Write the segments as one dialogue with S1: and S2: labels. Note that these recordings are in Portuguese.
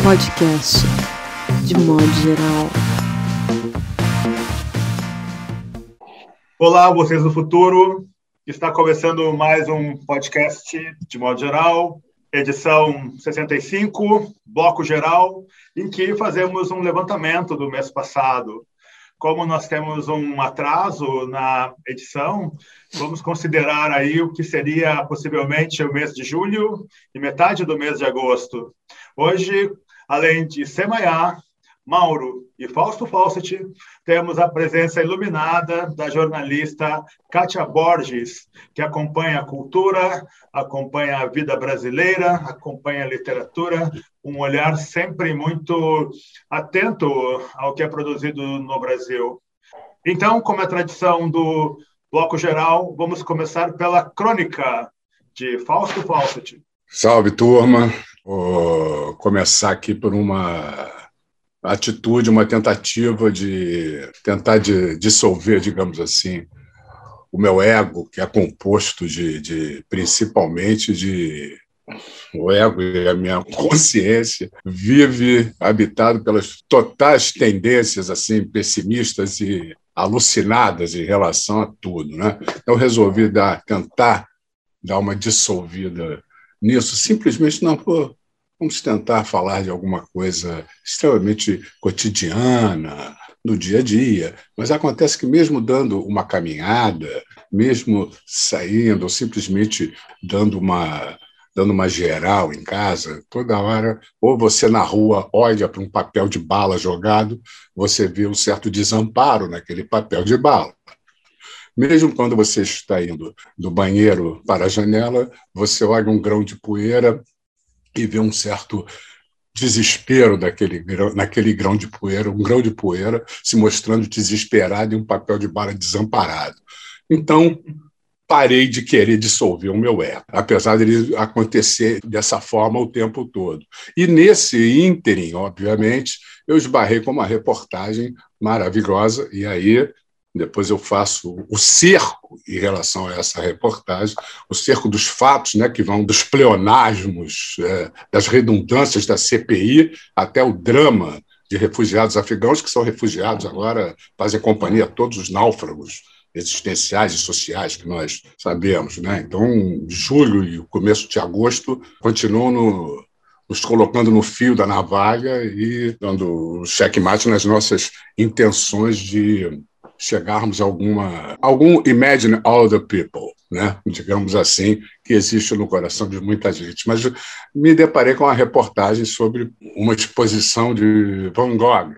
S1: podcast, de modo geral.
S2: Olá, vocês do futuro. Está começando mais um podcast de modo geral, edição 65, bloco geral, em que fazemos um levantamento do mês passado. Como nós temos um atraso na edição, vamos considerar aí o que seria possivelmente o mês de julho e metade do mês de agosto. Hoje, além de Semaiá, Mauro e Fausto Fawcett, temos a presença iluminada da jornalista Kátia Borges, que acompanha a cultura, acompanha a vida brasileira, acompanha a literatura, um olhar sempre muito atento ao que é produzido no Brasil. Então, como é tradição do Bloco Geral, vamos começar pela crônica de Fausto Fawcett.
S3: Salve, turma! Vou começar aqui por uma atitude, uma tentativa de tentar dissolver, digamos assim, o meu ego, que é composto principalmente de... O ego e a minha consciência vive habitado pelas totais tendências assim, pessimistas e alucinadas em relação a tudo, né? Eu resolvi tentar dar uma dissolvida nisso, simplesmente não, vamos tentar falar de alguma coisa extremamente cotidiana, no dia a dia, mas acontece que mesmo dando uma caminhada, mesmo saindo, ou simplesmente dando uma geral em casa, toda hora, ou você na rua olha para um papel de bala jogado, você vê um certo desamparo naquele papel de bala. Mesmo quando você está indo do banheiro para a janela, você olha um grão de poeira e vê um certo desespero naquele grão de poeira, um grão de poeira se mostrando desesperado e um papel de bala desamparado. Então, parei de querer dissolver o meu ego, apesar dele acontecer dessa forma o tempo todo. E nesse ínterim, obviamente, eu esbarrei com uma reportagem maravilhosa, e aí depois eu faço o cerco em relação a essa reportagem, o cerco dos fatos, né, que vão dos pleonasmos, das redundâncias da CPI até o drama de refugiados afegãos, que são refugiados agora, fazem companhia a todos os náufragos existenciais e sociais que nós sabemos, né? Então, julho e o começo de agosto continuam nos colocando no fio da navalha e dando checkmate nas nossas intenções de chegarmos a algum imagine all the people, né? Digamos assim, que existe no coração de muita gente. Mas me deparei com uma reportagem sobre uma exposição de Van Gogh,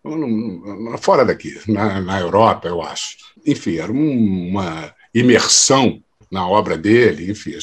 S3: fora daqui, na Europa, eu acho. Enfim, era uma imersão na obra dele, enfim,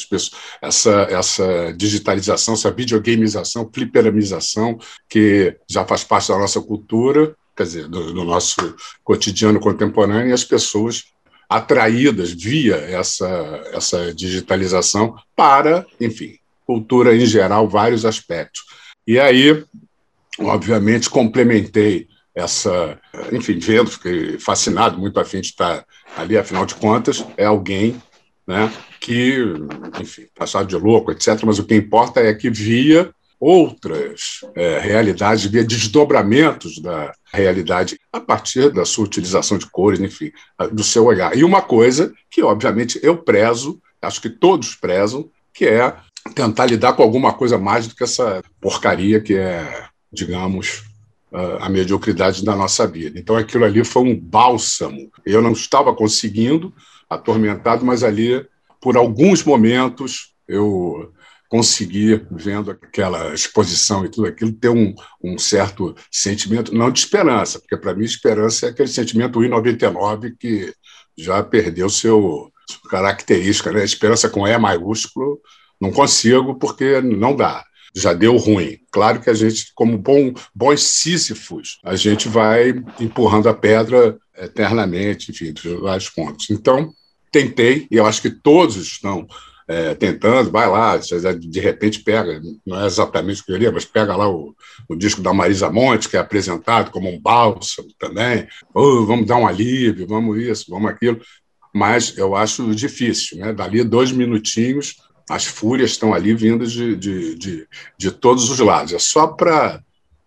S3: essa digitalização, essa videogamização, fliperamização, que já faz parte da nossa cultura, quer dizer, do nosso cotidiano contemporâneo, e as pessoas atraídas via essa digitalização para, enfim, cultura em geral, vários aspectos. E aí, obviamente, complementei enfim, vendo, fiquei fascinado, muito afim de estar ali, afinal de contas, é alguém, né, que, enfim, passado de louco, etc., mas o que importa é que via outras realidades, via desdobramentos da realidade a partir da sua utilização de cores, enfim, do seu olhar. E uma coisa que, obviamente, eu prezo, acho que todos prezam, que é tentar lidar com alguma coisa mais do que essa porcaria que é, digamos, a mediocridade da nossa vida. Então, aquilo ali foi um bálsamo. Eu não estava conseguindo, atormentado, mas ali, por alguns momentos, eu consegui, vendo aquela exposição e tudo aquilo, ter um certo sentimento, não de esperança, porque, para mim, esperança é aquele sentimento I-99 que já perdeu sua característica, né? Esperança com E maiúsculo, não consigo, porque não dá. Já deu ruim. Claro que a gente, como bons sísifos, a gente vai empurrando a pedra eternamente, enfim, de vários pontos. Então, tentei, e eu acho que todos estão tentando, vai lá, de repente pega, não é exatamente o que eu queria, mas pega lá o disco da Marisa Monte, que é apresentado como um bálsamo também, vamos dar um alívio, vamos isso, vamos aquilo, mas eu acho difícil, né? Dali 2 minutinhos, as fúrias estão ali vindas de todos os lados. É só para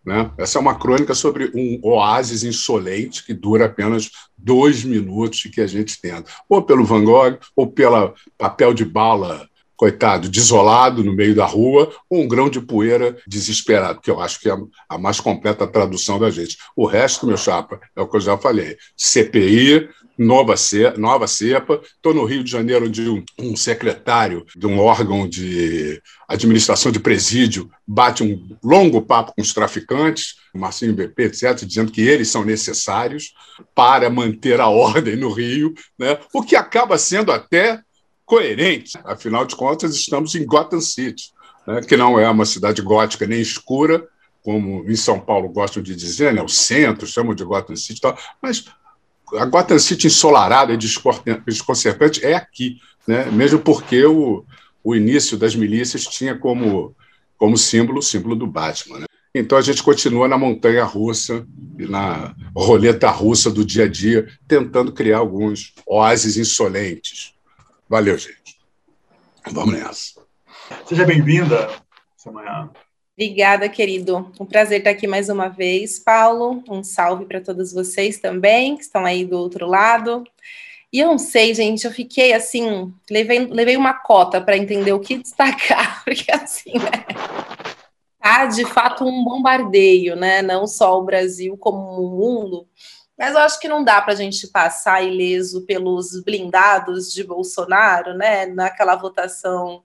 S3: né? Essa é uma crônica sobre um oásis insolente que dura apenas 2 minutos e que a gente tenta, ou pelo Van Gogh, ou pelo papel de bala, coitado, desolado no meio da rua, ou um grão de poeira desesperado, que eu acho que é a mais completa tradução da gente. O resto, meu chapa, é o que eu já falei. CPI, nova cepa. Estou no Rio de Janeiro, onde um secretário de um órgão de administração de presídio bate um longo papo com os traficantes, o Marcinho BP, etc., dizendo que eles são necessários para manter a ordem no Rio, né? O que acaba sendo até coerente. Afinal de contas, estamos em Gotham City, né? Que não é uma cidade gótica nem escura, como em São Paulo gostam de dizer, né? O centro, chamam de Gotham City e tal, mas a Gotham City ensolarada e desconcertante é aqui, né? Mesmo porque o início das milícias tinha como símbolo o símbolo do Batman, né? Então a gente continua na montanha-russa e na roleta russa do dia a dia, tentando criar alguns oásis insolentes. Valeu, gente. Vamos nessa.
S2: Seja bem-vinda essa manhã.
S4: Obrigada, querido. Um prazer estar aqui mais uma vez, Paulo. Um salve para todos vocês também, que estão aí do outro lado. E eu não sei, gente, eu fiquei assim, levei uma cota para entender o que destacar, porque assim, né? Tá de fato um bombardeio, né? Não só o Brasil como o mundo. Mas eu acho que não dá para a gente passar ileso pelos blindados de Bolsonaro, né? Naquela votação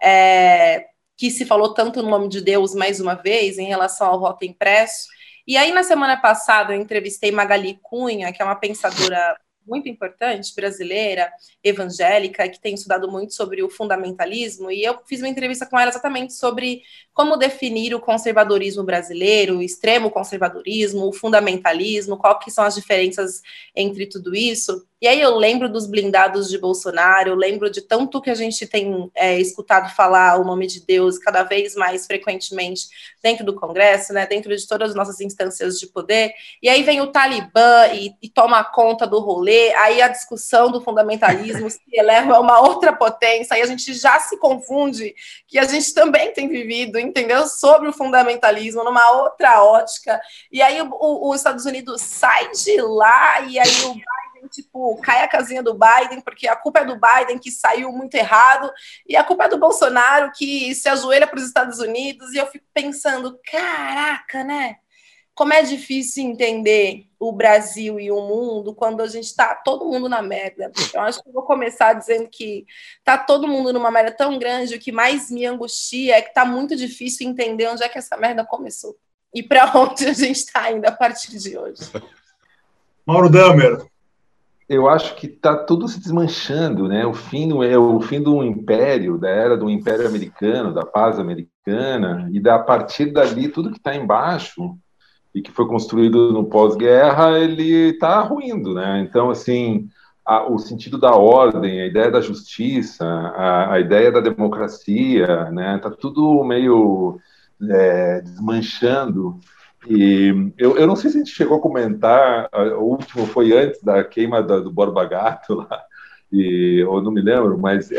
S4: que se falou tanto no nome de Deus mais uma vez em relação ao voto impresso. E aí, na semana passada, eu entrevistei Magali Cunha, que é uma pensadora muito importante, brasileira, evangélica, que tem estudado muito sobre o fundamentalismo, e eu fiz uma entrevista com ela exatamente sobre como definir o conservadorismo brasileiro, o extremo conservadorismo, o fundamentalismo, qual que são as diferenças entre tudo isso. E aí eu lembro dos blindados de Bolsonaro, eu lembro de tanto que a gente tem escutado falar o nome de Deus cada vez mais frequentemente dentro do Congresso, né, dentro de todas as nossas instâncias de poder, e aí vem o Talibã e toma conta do rolê, aí a discussão do fundamentalismo se eleva a uma outra potência, aí a gente já se confunde que a gente também tem vivido, entendeu, sobre o fundamentalismo numa outra ótica, e aí os Estados Unidos sai de lá, e aí o tipo, cai a casinha do Biden, porque a culpa é do Biden, que saiu muito errado, e a culpa é do Bolsonaro, que se ajoelha para os Estados Unidos, e eu fico pensando, caraca, né? Como é difícil entender o Brasil e o mundo quando a gente está todo mundo na merda. Eu acho que eu vou começar dizendo que está todo mundo numa merda tão grande, o que mais me angustia é que está muito difícil entender onde é que essa merda começou e para onde a gente está indo a partir de hoje.
S2: Mauro Damer.
S5: Eu acho que está tudo se desmanchando, né? O fim do império, da era do império americano, da paz americana, e a partir dali tudo que está embaixo e que foi construído no pós-guerra, ele está ruindo, né? Então, assim, o sentido da ordem, a ideia da justiça, a ideia da democracia, né? Está tudo meio desmanchando. E eu não sei se a gente chegou a comentar, o último foi antes da queima do Borba Gato lá, eu não me lembro, mas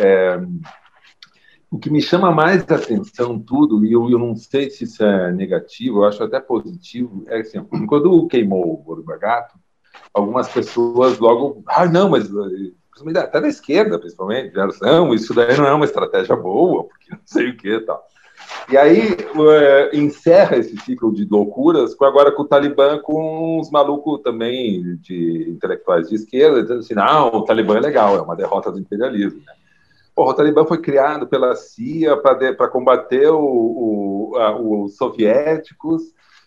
S5: o que me chama mais atenção tudo, e eu não sei se isso é negativo, eu acho até positivo, é assim, quando queimou o Borba Gato, algumas pessoas logo, não, mas até da esquerda, principalmente, não, isso daí não é uma estratégia boa, porque não sei o que e tal. E aí encerra esse ciclo de loucuras agora com o Talibã, com os malucos também de intelectuais de esquerda, dizendo assim, não, o Talibã é legal, é uma derrota do imperialismo, né? Porra, o Talibã foi criado pela CIA para combater os soviéticos,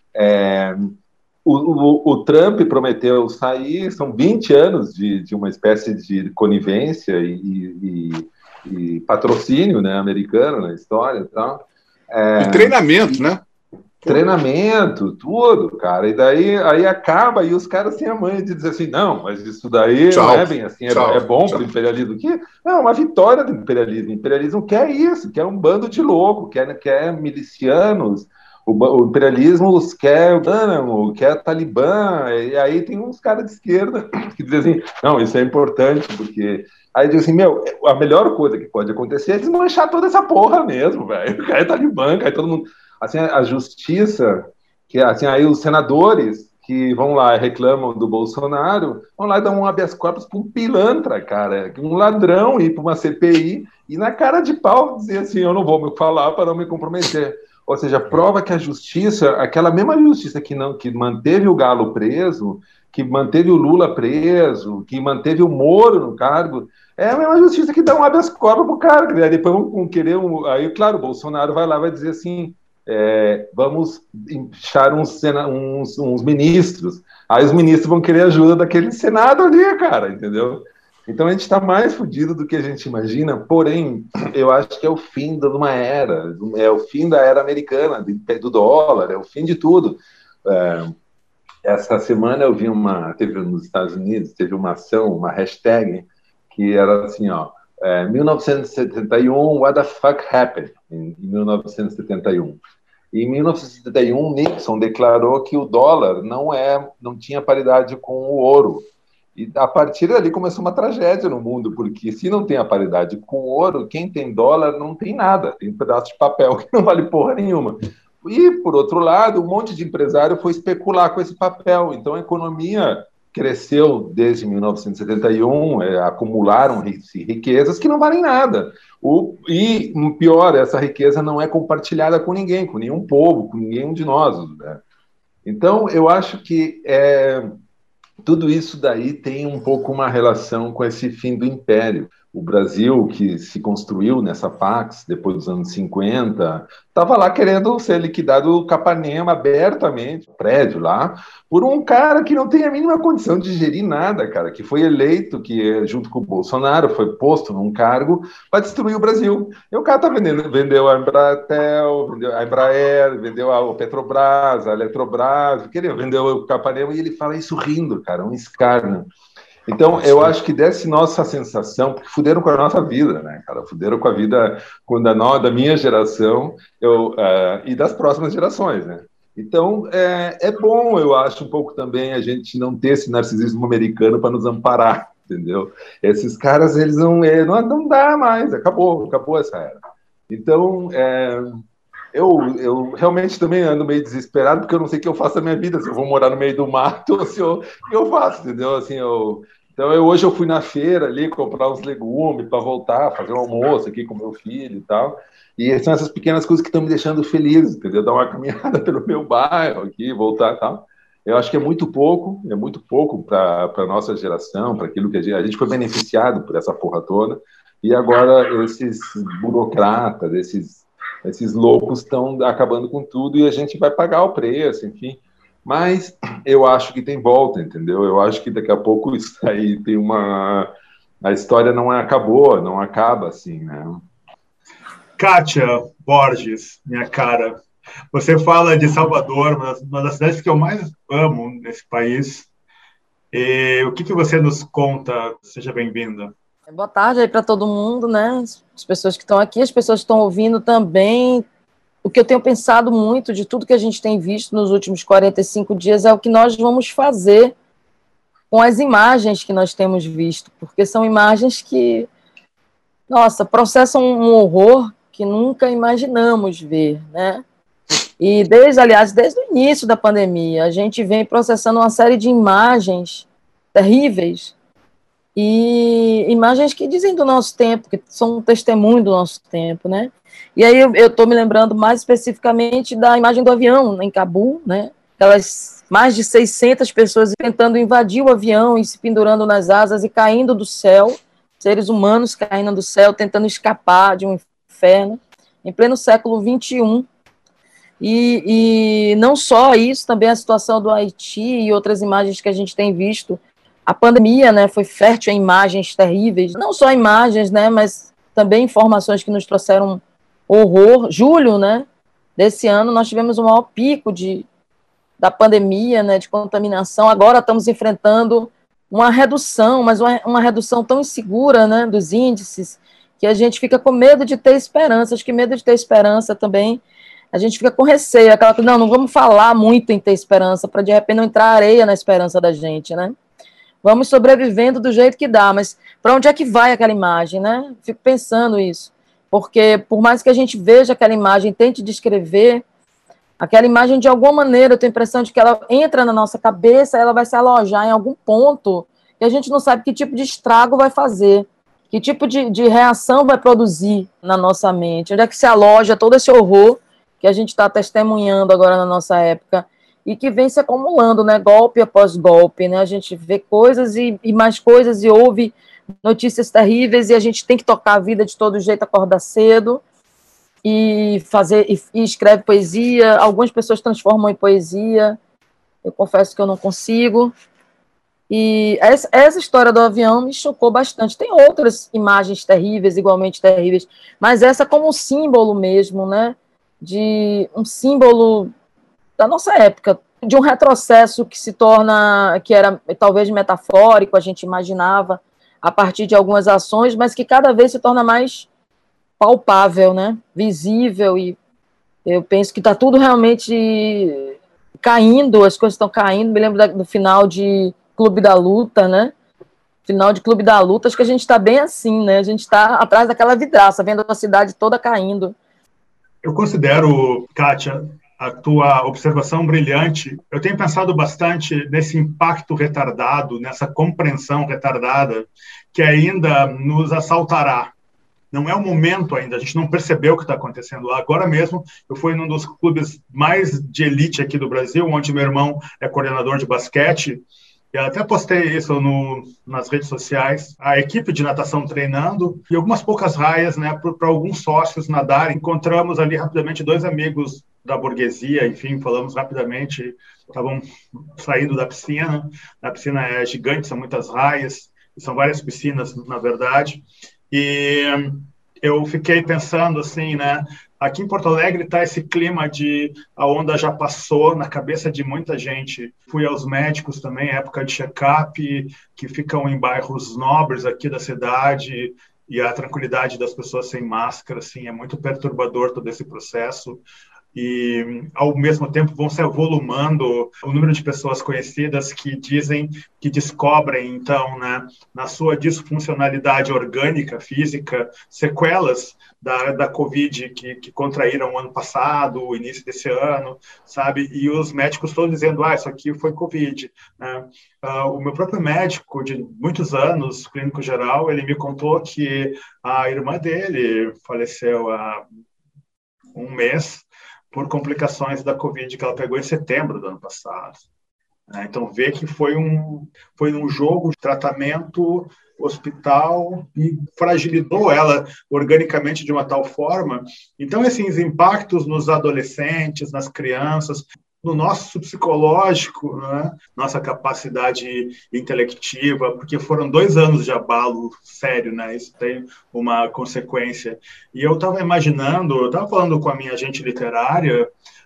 S5: o Trump prometeu sair, são 20 anos de uma espécie de conivência e patrocínio, né, americano na história e tal.
S3: E treinamento, né?
S5: Treinamento, tudo, cara. E daí aí acaba e os caras têm a manha de dizer assim, não, mas isso daí não é bem assim, é bom para o imperialismo. Não, é uma vitória do imperialismo. O imperialismo quer isso, quer um bando de louco, quer milicianos. O imperialismo quer o Guantanamo, quer Talibã. E aí tem uns caras de esquerda que dizem assim, não, isso é importante, porque... Aí diz assim, a melhor coisa que pode acontecer é desmanchar toda essa porra mesmo, velho. Cai Talibã, cai todo mundo. Assim, a justiça Que assim, aí os senadores que vão lá e reclamam do Bolsonaro, vão lá e dão um habeas corpus para um pilantra, cara, um ladrão, ir para uma CPI e na cara de pau dizer assim, eu não vou me falar para não me comprometer. Ou seja, prova que a justiça, aquela mesma justiça que manteve o Galo preso, que manteve o Lula preso, que manteve o Moro no cargo, é a mesma justiça que dá um habeas corpus pro cara, né? Depois vão querer aí, claro, o Bolsonaro vai lá e vai dizer assim, vamos inchar uns ministros. Aí os ministros vão querer ajuda daquele Senado ali, cara, entendeu? Então a gente está mais fodido do que a gente imagina, porém, eu acho que é o fim de uma era, é o fim da era americana, do dólar, é o fim de tudo. Essa semana eu vi teve nos Estados Unidos, teve uma ação, uma hashtag, que era assim, 1971, what the fuck happened? Em 1971. E em 1971, Nixon declarou que o dólar não tinha paridade com o ouro. E a partir dali começou uma tragédia no mundo, porque se não tem a paridade com o ouro, quem tem dólar não tem nada, tem um pedaço de papel que não vale porra nenhuma. E, por outro lado, um monte de empresário foi especular com esse papel. Então, a economia cresceu desde 1971, acumularam-se riquezas que não valem nada. E, pior, essa riqueza não é compartilhada com ninguém, com nenhum povo, com nenhum de nós. Né? Então, eu acho que tudo isso daí tem um pouco uma relação com esse fim do império. O Brasil, que se construiu nessa Pax depois dos anos 50, estava lá querendo ser liquidado o Capanema abertamente, o prédio lá, por um cara que não tem a mínima condição de gerir nada, cara, que foi eleito, que junto com o Bolsonaro foi posto num cargo para destruir o Brasil. E o cara tá vendeu a Embratel, vendeu a Embraer, vendeu a Petrobras, a Eletrobras, vendeu o Capanema, e ele fala isso rindo, cara, um escárnio. Então, eu acho que desse nossa sensação, porque fuderam com a nossa vida, né, cara? Fuderam com a vida da minha geração e das próximas gerações, né? Então, é bom, eu acho, um pouco também a gente não ter esse narcisismo americano para nos amparar, entendeu? Esses caras, eles não dá mais, acabou essa era. Então, eu realmente também ando meio desesperado, porque eu não sei o que eu faço na minha vida, se eu vou morar no meio do mato ou se o que eu faço, entendeu? Assim, hoje eu fui na feira ali comprar uns legumes para voltar, fazer um almoço aqui com meu filho e tal, e são essas pequenas coisas que estão me deixando feliz, entendeu? Dar uma caminhada pelo meu bairro aqui, voltar e tal. Eu acho que é muito pouco para a nossa geração, para aquilo que a gente foi beneficiado por essa porra toda, e agora esses burocratas, esses loucos estão acabando com tudo e a gente vai pagar o preço, enfim. Mas eu acho que tem volta, entendeu? Eu acho que daqui a pouco isso aí tem a história não acaba assim, né?
S2: Kátia Borges, minha cara, você fala de Salvador, uma das cidades que eu mais amo nesse país. E o que você nos conta? Seja bem-vinda.
S1: Boa tarde aí para todo mundo, né? As pessoas que estão aqui, as pessoas que estão ouvindo também. O que eu tenho pensado muito de tudo que a gente tem visto nos últimos 45 dias é o que nós vamos fazer com as imagens que nós temos visto, porque são imagens que, nossa, processam um horror que nunca imaginamos ver, né? E aliás, desde o início da pandemia, a gente vem processando uma série de imagens terríveis, e imagens que dizem do nosso tempo, que são um testemunho do nosso tempo, né? E aí eu estou me lembrando mais especificamente da imagem do avião em Cabul, né? Aquelas mais de 600 pessoas tentando invadir o avião e se pendurando nas asas e caindo do céu, seres humanos caindo do céu, tentando escapar de um inferno, em pleno século XXI. E não só isso, também a situação do Haiti e outras imagens que a gente tem visto. A pandemia, né, foi fértil em imagens terríveis, não só imagens, né, mas também informações que nos trouxeram horror. Julho, né, desse ano, nós tivemos o maior pico da pandemia, né, de contaminação. Agora estamos enfrentando uma redução, mas uma redução tão insegura, né, dos índices, que a gente fica com medo de ter esperança. Acho que medo de ter esperança também, a gente fica com receio, aquela coisa, não vamos falar muito em ter esperança, para de repente não entrar areia na esperança da gente, né? Vamos sobrevivendo do jeito que dá, mas para onde é que vai aquela imagem, né? Fico pensando isso, porque por mais que a gente veja aquela imagem, tente descrever, Aquela imagem, de alguma maneira, eu tenho a impressão de que ela entra na nossa cabeça, ela vai se alojar em algum ponto e a gente não sabe que tipo de estrago vai fazer, que tipo de reação vai produzir na nossa mente, onde é que se aloja todo esse horror que a gente está testemunhando agora na nossa época e que vem se acumulando, né, golpe após golpe, né, a gente vê coisas e mais coisas e ouve notícias terríveis e a gente tem que tocar a vida de todo jeito, acordar cedo e fazer e escreve poesia. Algumas pessoas transformam em poesia, eu confesso que eu não consigo. E essa história do avião me chocou bastante. Tem outras imagens terríveis, igualmente terríveis, mas essa como um símbolo mesmo, né, de um símbolo da nossa época, de um retrocesso que se torna, que era talvez metafórico, a gente imaginava a partir de algumas ações, mas que cada vez se torna mais palpável, né, visível, e eu penso que está tudo realmente caindo, as coisas estão caindo. Me lembro do final de Clube da Luta, né, final de Clube da Luta, acho que a gente está bem assim, né, a gente está atrás daquela vidraça, vendo a cidade toda caindo.
S2: Eu considero, Kátia, a tua observação brilhante. Eu tenho pensado bastante nesse impacto retardado, nessa compreensão retardada que ainda nos assaltará. Não é o momento ainda, a gente não percebeu o que está acontecendo lá. Agora mesmo, eu fui num dos clubes mais de elite aqui do Brasil, onde meu irmão é coordenador de basquete, e eu até postei isso nas redes sociais, a equipe de natação treinando e algumas poucas raias, né, para alguns sócios nadar. Encontramos ali rapidamente 2 amigos da burguesia, enfim, falamos rapidamente, estavam saindo da piscina. A piscina é gigante, são muitas raias, são várias piscinas, na verdade. E eu fiquei pensando assim, né? Aqui em Porto Alegre está esse clima de a onda já passou na cabeça de muita gente. Fui aos médicos também, época de check-up, que ficam em bairros nobres aqui da cidade, e a tranquilidade das pessoas sem máscara, assim, é muito perturbador todo esse processo. E, ao mesmo tempo, vão se avolumando o número de pessoas conhecidas que dizem que descobrem, então, né, na sua disfuncionalidade orgânica, física, sequelas da Covid que contraíram o ano passado, o início desse ano, sabe? E os médicos todos dizendo, isso aqui foi Covid, né? O meu próprio médico, de muitos anos, clínico geral, ele me contou que a irmã dele faleceu há um mês por complicações da Covid que ela pegou em setembro do ano passado. Então, vê que foi um jogo de tratamento, hospital, e fragilizou ela organicamente de uma tal forma. Então, esses impactos nos adolescentes, nas crianças, no nosso psicológico, né? Nossa capacidade intelectiva, porque foram 2 anos de abalo sério, né? Isso tem uma consequência. E eu estava imaginando, eu estava falando com a minha agente literária,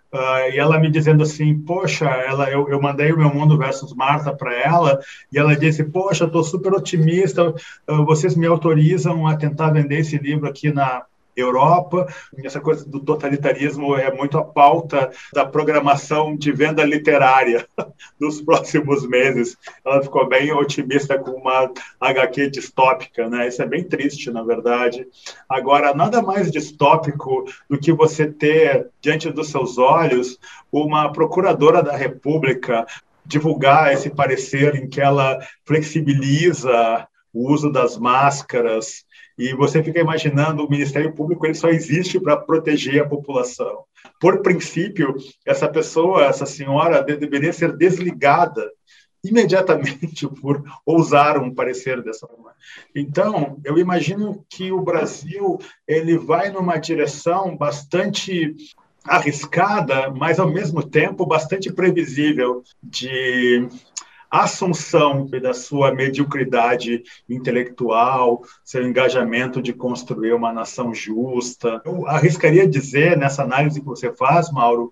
S2: e ela me dizendo assim, poxa, eu mandei o Meu Mundo versus Marta para ela, e ela disse, poxa, estou super otimista, vocês me autorizam a tentar vender esse livro aqui na Europa. Essa coisa do totalitarismo é muito a pauta da programação de venda literária dos próximos meses. Ela ficou bem otimista com uma HQ distópica, né? Isso é bem triste, na verdade. Agora, nada mais distópico do que você ter diante dos seus olhos uma procuradora da República divulgar esse parecer em que ela flexibiliza o uso das máscaras. E você fica imaginando, o Ministério Público ele só existe para proteger a população. Por princípio, essa pessoa, essa senhora, deveria ser desligada imediatamente por ousar um parecer dessa forma. Então, eu imagino que o Brasil ele vai numa direção bastante arriscada, mas, ao mesmo tempo, bastante previsível de assunção da sua mediocridade intelectual, seu engajamento de construir uma nação justa. Eu arriscaria dizer, nessa análise que você faz, Mauro,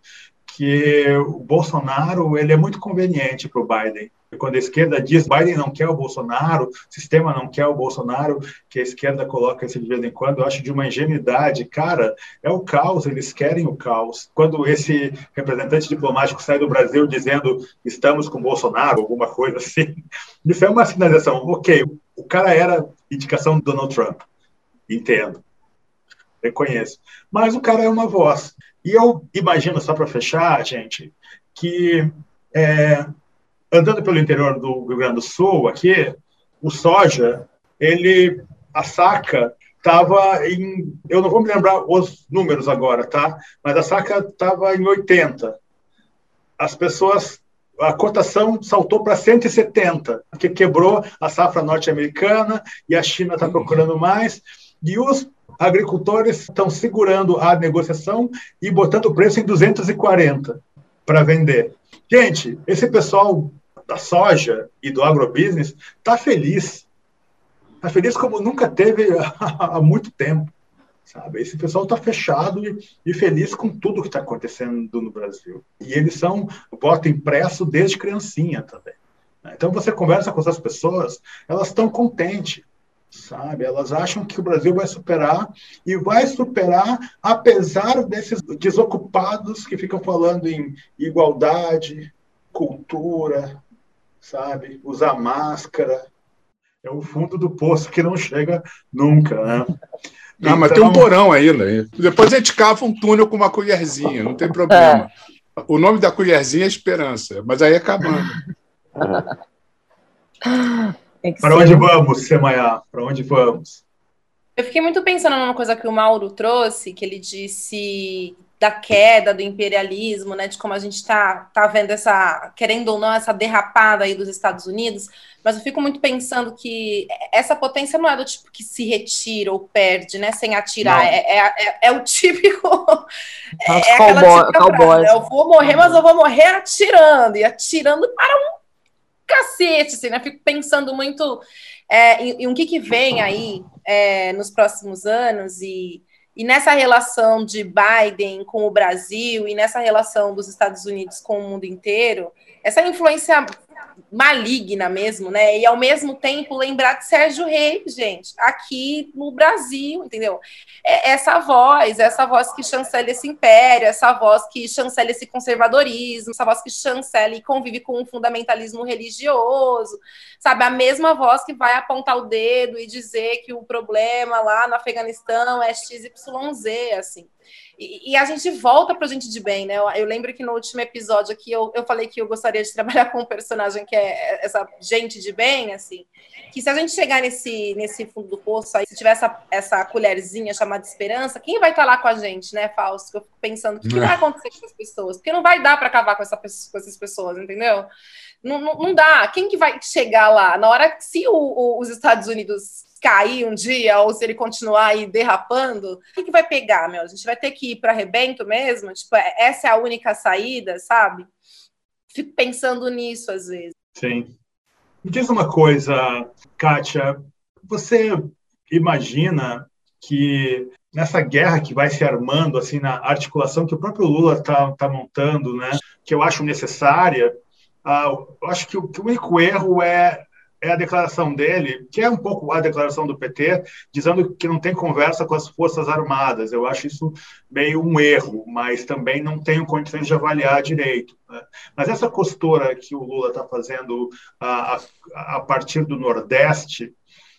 S2: que o Bolsonaro ele é muito conveniente para o Biden. E quando a esquerda diz Biden não quer o Bolsonaro, o sistema não quer o Bolsonaro, que a esquerda coloca isso de vez em quando, eu acho de uma ingenuidade. Cara, é o caos, eles querem o caos. Quando esse representante diplomático sai do Brasil dizendo estamos com o Bolsonaro, alguma coisa assim, isso é uma sinalização. Ok, o cara era indicação do Donald Trump, entendo. reconheço. Mas o cara é uma voz. E eu imagino, só para fechar, gente, que andando pelo interior do Rio Grande do Sul, aqui, o soja, a saca estava em... Eu não vou me lembrar os números agora, tá? Mas a saca estava em 80. As pessoas... A cotação saltou para 170, porque quebrou a safra norte-americana e a China está procurando mais. E os agricultores estão segurando a negociação e botando o preço em 240 para vender. Gente, esse pessoal da soja e do agrobusiness está feliz. Está feliz como nunca teve há muito tempo. Sabe? Esse pessoal está fechado e feliz com tudo que está acontecendo no Brasil. E eles são voto impresso desde criancinha também. Então, você conversa com essas pessoas, elas estão contentes, sabe? Elas acham que o Brasil vai superar, e vai superar apesar desses desocupados que ficam falando em igualdade, cultura, sabe? Usar máscara. É o fundo do poço que não chega nunca, né?
S3: Não, mas tem um porão ainda. Depois a gente cava um túnel com uma colherzinha, não tem problema. O nome da colherzinha é Esperança, mas aí é acabando.
S2: Para onde vamos, Semaia? Para onde vamos?
S4: Eu fiquei muito pensando numa coisa que o Mauro trouxe, que ele disse da queda do imperialismo, né, de como a gente está vendo essa, querendo ou não, essa derrapada aí dos Estados Unidos, mas eu fico muito pensando que essa potência não é do tipo que se retira ou perde, né, sem atirar, é o típico, aquela típica frase, eu vou morrer, mas eu vou morrer atirando, e atirando para um cacete, assim, né, fico pensando muito em o que vem aí nos próximos anos, e nessa relação de Biden com o Brasil e nessa relação dos Estados Unidos com o mundo inteiro, essa influência maligna mesmo, né? E ao mesmo tempo lembrar de Sérgio Reis, gente, aqui no Brasil, entendeu? Essa voz que chancela esse império, essa voz que chancela esse conservadorismo, essa voz que chancela e convive com um fundamentalismo religioso, sabe? A mesma voz que vai apontar o dedo e dizer que o problema lá no Afeganistão é XYZ, assim. E a gente volta para gente de bem, né? Eu lembro que no último episódio aqui eu falei que eu gostaria de trabalhar com um personagem que é essa gente de bem, assim, que se a gente chegar nesse fundo do poço, aí, se tiver essa colherzinha chamada esperança, quem vai estar lá com a gente, né, Fausto? Eu fico pensando, o que vai acontecer com essas pessoas? Porque não vai dar para acabar com essas pessoas, entendeu? Não dá. Quem que vai chegar lá? Na hora que, se os Estados Unidos cair um dia, ou se ele continuar aí derrapando, o que vai pegar, meu? A gente vai ter que ir para arrebento mesmo? Tipo, essa é a única saída, sabe? Fico pensando nisso às vezes.
S2: Sim. Me diz uma coisa, Kátia, você imagina que nessa guerra que vai se armando, assim, na articulação que o próprio Lula tá montando, né, que eu acho necessária, eu acho que o único erro é a declaração dele, que é um pouco a declaração do PT, dizendo que não tem conversa com as Forças Armadas. Eu acho isso meio um erro, mas também não tenho condições de avaliar direito, né? Mas essa costura que o Lula está fazendo a partir do Nordeste,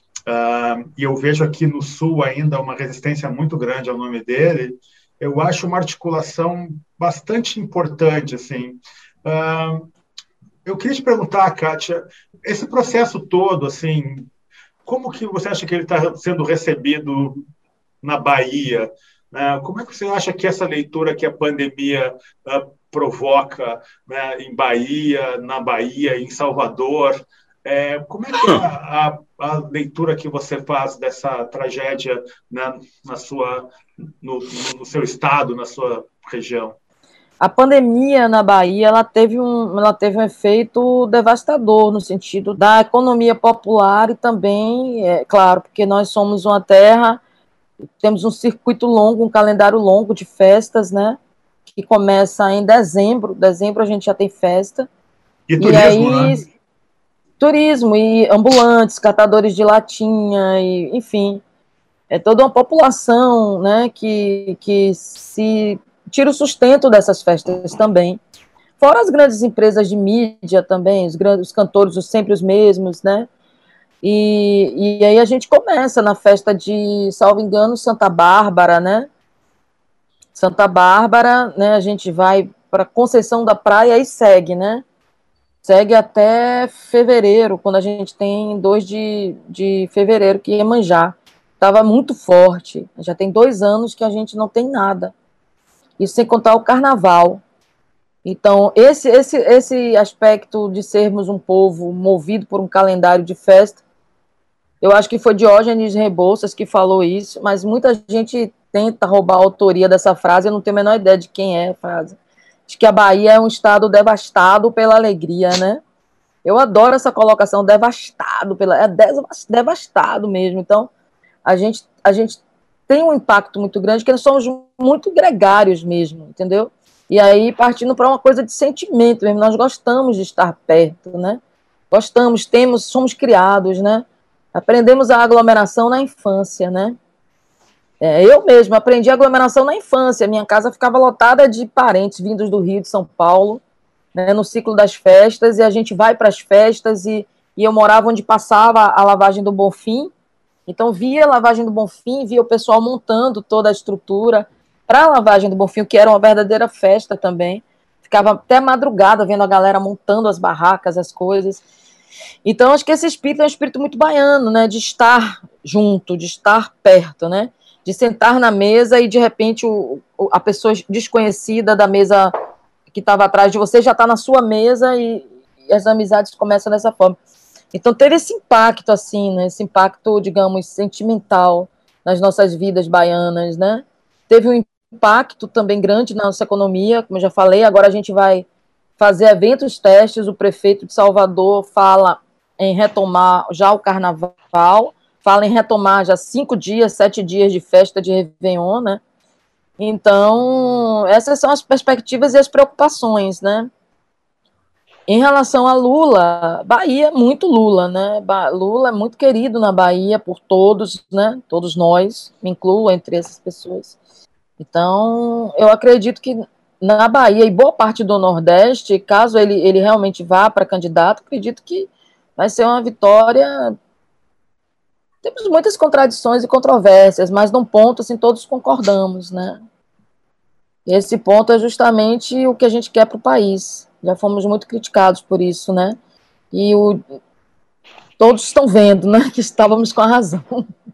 S2: e eu vejo aqui no Sul ainda uma resistência muito grande ao nome dele, eu acho uma articulação bastante importante, assim. Eu queria te perguntar, Kátia, esse processo todo, assim, como que você acha que ele está sendo recebido na Bahia? Né? Como é que você acha que essa leitura que a pandemia provoca, né, em Bahia, na Bahia, em Salvador, como é que é a leitura que você faz dessa tragédia, né, no seu estado, na sua região?
S1: A pandemia na Bahia ela teve um efeito devastador no sentido da economia popular e também, claro, porque nós somos uma terra, temos um circuito longo, um calendário longo de festas, né, que começa em dezembro. Dezembro a gente já tem festa.
S2: E turismo, né?
S1: Turismo e ambulantes, catadores de latinha, e, enfim, é toda uma população, né, que se tira o sustento dessas festas também. Fora as grandes empresas de mídia também, os cantores sempre os mesmos, né? E aí a gente começa na festa de, salvo engano, Santa Bárbara, né? Santa Bárbara, né? A gente vai para Conceição da Praia e segue, né? Segue até fevereiro, quando a gente tem 2 de fevereiro, que é Iemanjá. Estava muito forte. Já tem 2 anos que a gente não tem nada. Isso sem contar o carnaval. Então, esse aspecto de sermos um povo movido por um calendário de festa, eu acho que foi Diógenes Rebouças que falou isso, mas muita gente tenta roubar a autoria dessa frase, eu não tenho a menor ideia de quem é a frase. Acho que a Bahia é um estado devastado pela alegria, né? Eu adoro essa colocação, devastado, devastado mesmo. Então, a gente tem um impacto muito grande, porque nós somos muito gregários mesmo, entendeu? E aí, partindo para uma coisa de sentimento mesmo, nós gostamos de estar perto, né? Gostamos, somos criados, né? Aprendemos a aglomeração na infância, né? Eu mesmo aprendi aglomeração na infância. Minha casa ficava lotada de parentes vindos do Rio, de São Paulo, né, no ciclo das festas, e a gente vai para as festas, e eu morava onde passava a lavagem do Bonfim, então via a lavagem do Bonfim, via o pessoal montando toda a estrutura para a lavagem do Bonfim, que era uma verdadeira festa também. Ficava até madrugada vendo a galera montando as barracas, as coisas. Então, acho que esse espírito é um espírito muito baiano, né, de estar junto, de estar perto, né, de sentar na mesa e, de repente, a pessoa desconhecida da mesa que estava atrás de você já está na sua mesa e as amizades começam dessa forma. Então, teve esse impacto, assim, né, esse impacto, digamos, sentimental nas nossas vidas baianas, né. Teve um impacto também grande na nossa economia, como eu já falei, agora a gente vai fazer eventos testes, o prefeito de Salvador fala em retomar já o carnaval, fala em retomar já 5 dias, 7 dias de festa de Réveillon, né? Então, essas são as perspectivas e as preocupações, né? Em relação a Lula, Bahia, muito Lula, né? Lula é muito querido na Bahia por todos, né? Todos nós, me incluo entre essas pessoas. Então, eu acredito que na Bahia e boa parte do Nordeste, caso ele realmente vá para candidato, acredito que vai ser uma vitória. Temos muitas contradições e controvérsias, mas num ponto, assim, todos concordamos, né? E esse ponto é justamente o que a gente quer para o país. Já fomos muito criticados por isso, né? E todos estão vendo, né, que estávamos com a razão.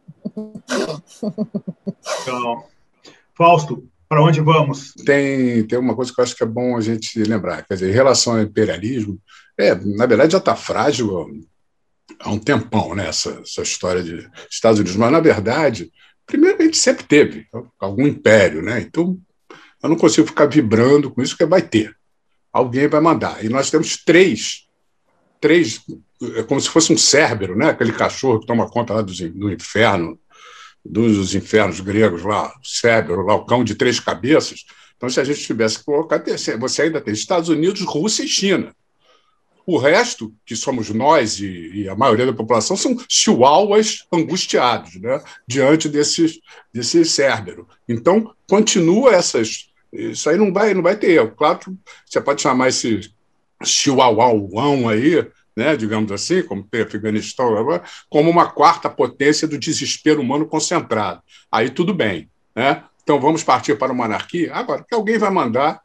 S2: Então, Fausto, para onde vamos?
S3: Tem uma coisa que eu acho que é bom a gente lembrar. Quer dizer, em relação ao imperialismo, na verdade já está frágil há um tempão, né, essa história de Estados Unidos. Mas, na verdade, primeiro a gente sempre teve algum império, né? Então, eu não consigo ficar vibrando com isso, porque vai ter. Alguém vai mandar. E nós temos três, como se fosse um Cérbero, né? Aquele cachorro que toma conta lá do inferno, dos infernos gregos lá, o Cérbero, lá, o cão de 3 cabeças. Então, se a gente tivesse que colocar, você ainda tem Estados Unidos, Rússia e China. O resto, que somos nós e a maioria da população, são chihuahuas angustiados, né, diante desse Cérbero. Então, continua isso aí não vai ter erro. Claro que você pode chamar esse chihuahuão aí, né, digamos assim, como tem Afeganistão agora, como uma quarta potência do desespero humano concentrado. Aí tudo bem, né? Então vamos partir para uma monarquia. Agora, que alguém vai mandar,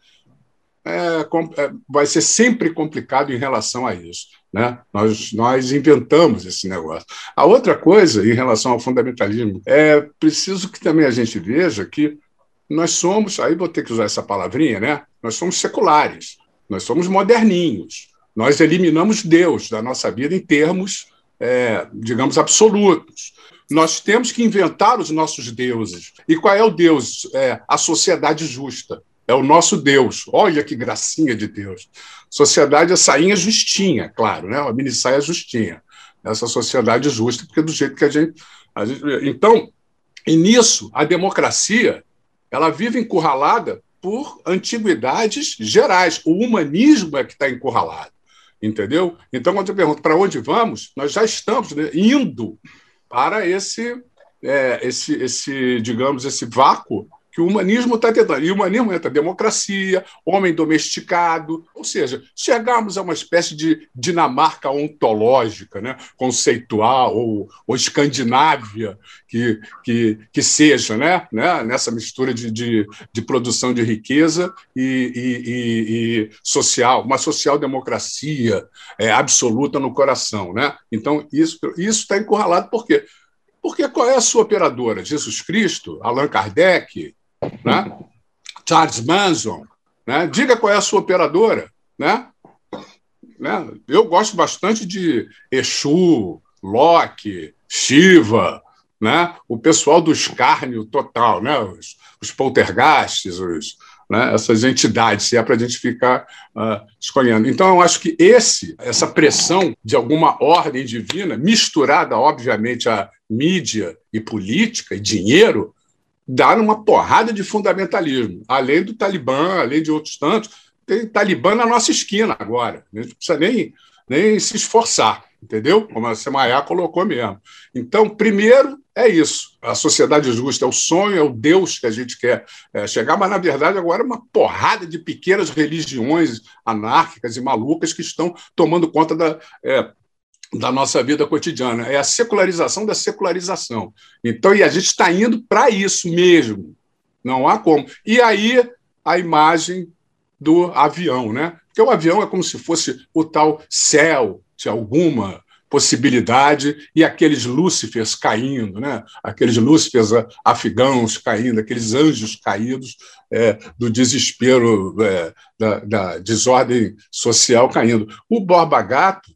S3: vai ser sempre complicado em relação a isso, né? Nós inventamos esse negócio. A outra coisa, em relação ao fundamentalismo, é preciso que também a gente veja que nós somos, aí vou ter que usar essa palavrinha, né? Nós somos seculares, nós somos moderninhos, nós eliminamos Deus da nossa vida em termos, digamos, absolutos. Nós temos que inventar os nossos deuses. E qual é o Deus? A sociedade justa. É o nosso Deus. Olha que gracinha de Deus. Sociedade é sainha justinha, claro, né? Uma mini saia justinha. Essa sociedade justa, porque é do jeito que a gente... Então, e nisso, a democracia, ela vive encurralada por antiguidades gerais. O humanismo é que está encurralado, entendeu? Então, quando eu pergunto para onde vamos, nós já estamos, né, indo para esse, digamos, esse vácuo que o humanismo está tentando. E o humanismo entra democracia, homem domesticado, ou seja, chegarmos a uma espécie de Dinamarca ontológica, né? Conceitual, ou Escandinávia, que seja, né? Nessa mistura de produção de riqueza e social, uma social-democracia absoluta no coração. Né? Então, isso está encurralado por quê? Porque qual é a sua operadora? Jesus Cristo, Allan Kardec, né? Charles Manson, né? Diga qual é a sua operadora. Né? Eu gosto bastante de Exu, Loki, Shiva, né? O pessoal do escárnio total, né? Os poltergeists, né? Essas entidades, se é para a gente ficar escolhendo. Então, eu acho que essa pressão de alguma ordem divina, misturada, obviamente, a mídia e política e dinheiro, dá uma porrada de fundamentalismo. Além do Talibã, além de outros tantos, tem Talibã na nossa esquina agora. A gente não precisa nem se esforçar, entendeu? Como a Semaia colocou mesmo. Então, primeiro, é isso. A sociedade justa é o sonho, é o Deus que a gente quer chegar, mas, na verdade, agora é uma porrada de pequenas religiões anárquicas e malucas que estão tomando conta da nossa vida cotidiana. É a secularização da secularização. Então, e a gente está indo para isso mesmo. Não há como. E aí, a imagem do avião, né? Porque o avião é como se fosse o tal céu de alguma possibilidade e aqueles Lúcifers caindo, né? Aqueles Lúcifers afegãos caindo, aqueles anjos caídos do desespero, da desordem social caindo. O Borba Gato,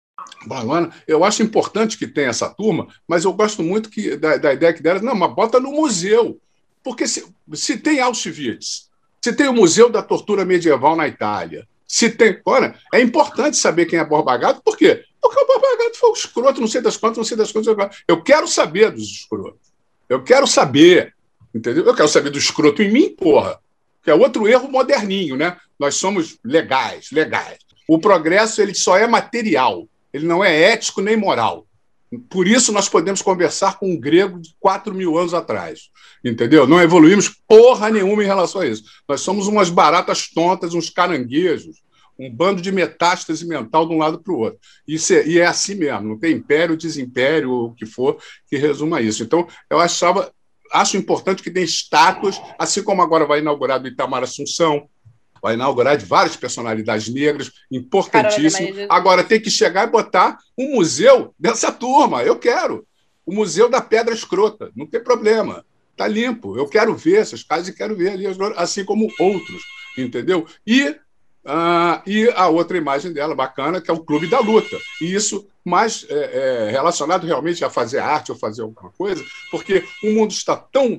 S3: eu acho importante que tenha essa turma, mas eu gosto muito da ideia que deram, não, mas bota no museu, porque se tem Auschwitz, se tem o Museu da Tortura Medieval na Itália, se tem... Olha, é importante saber quem é Borba Gato, por quê? Porque o Borba Gato foi um escroto, não sei das quantas. Eu quero saber dos escrotos. Eu quero saber, entendeu? Eu quero saber do escroto em mim, porra. Que é outro erro moderninho, né? Nós somos legais. O progresso, ele só é material. Ele não é ético nem moral. Por isso nós podemos conversar com um grego de 4.000 anos atrás. Entendeu? Não evoluímos porra nenhuma em relação a isso. Nós somos umas baratas tontas, uns caranguejos, um bando de metástase mental de um lado para o outro. E é assim mesmo. Não tem império, desimpério, ou o que for, que resuma isso. Então, eu acho importante que tenha estátuas, assim como agora vai inaugurar do Itamar Assunção, vai inaugurar de várias personalidades negras, importantíssimo. Agora tem que chegar e botar um museu dessa turma. Eu quero. O Museu da Pedra Escrota. Não tem problema. Está limpo. Eu quero ver essas casas e quero ver ali, assim como outros. Entendeu? E a outra imagem dela, bacana, que é o Clube da Luta. E isso mais relacionado realmente a fazer arte ou fazer alguma coisa, porque o mundo está tão...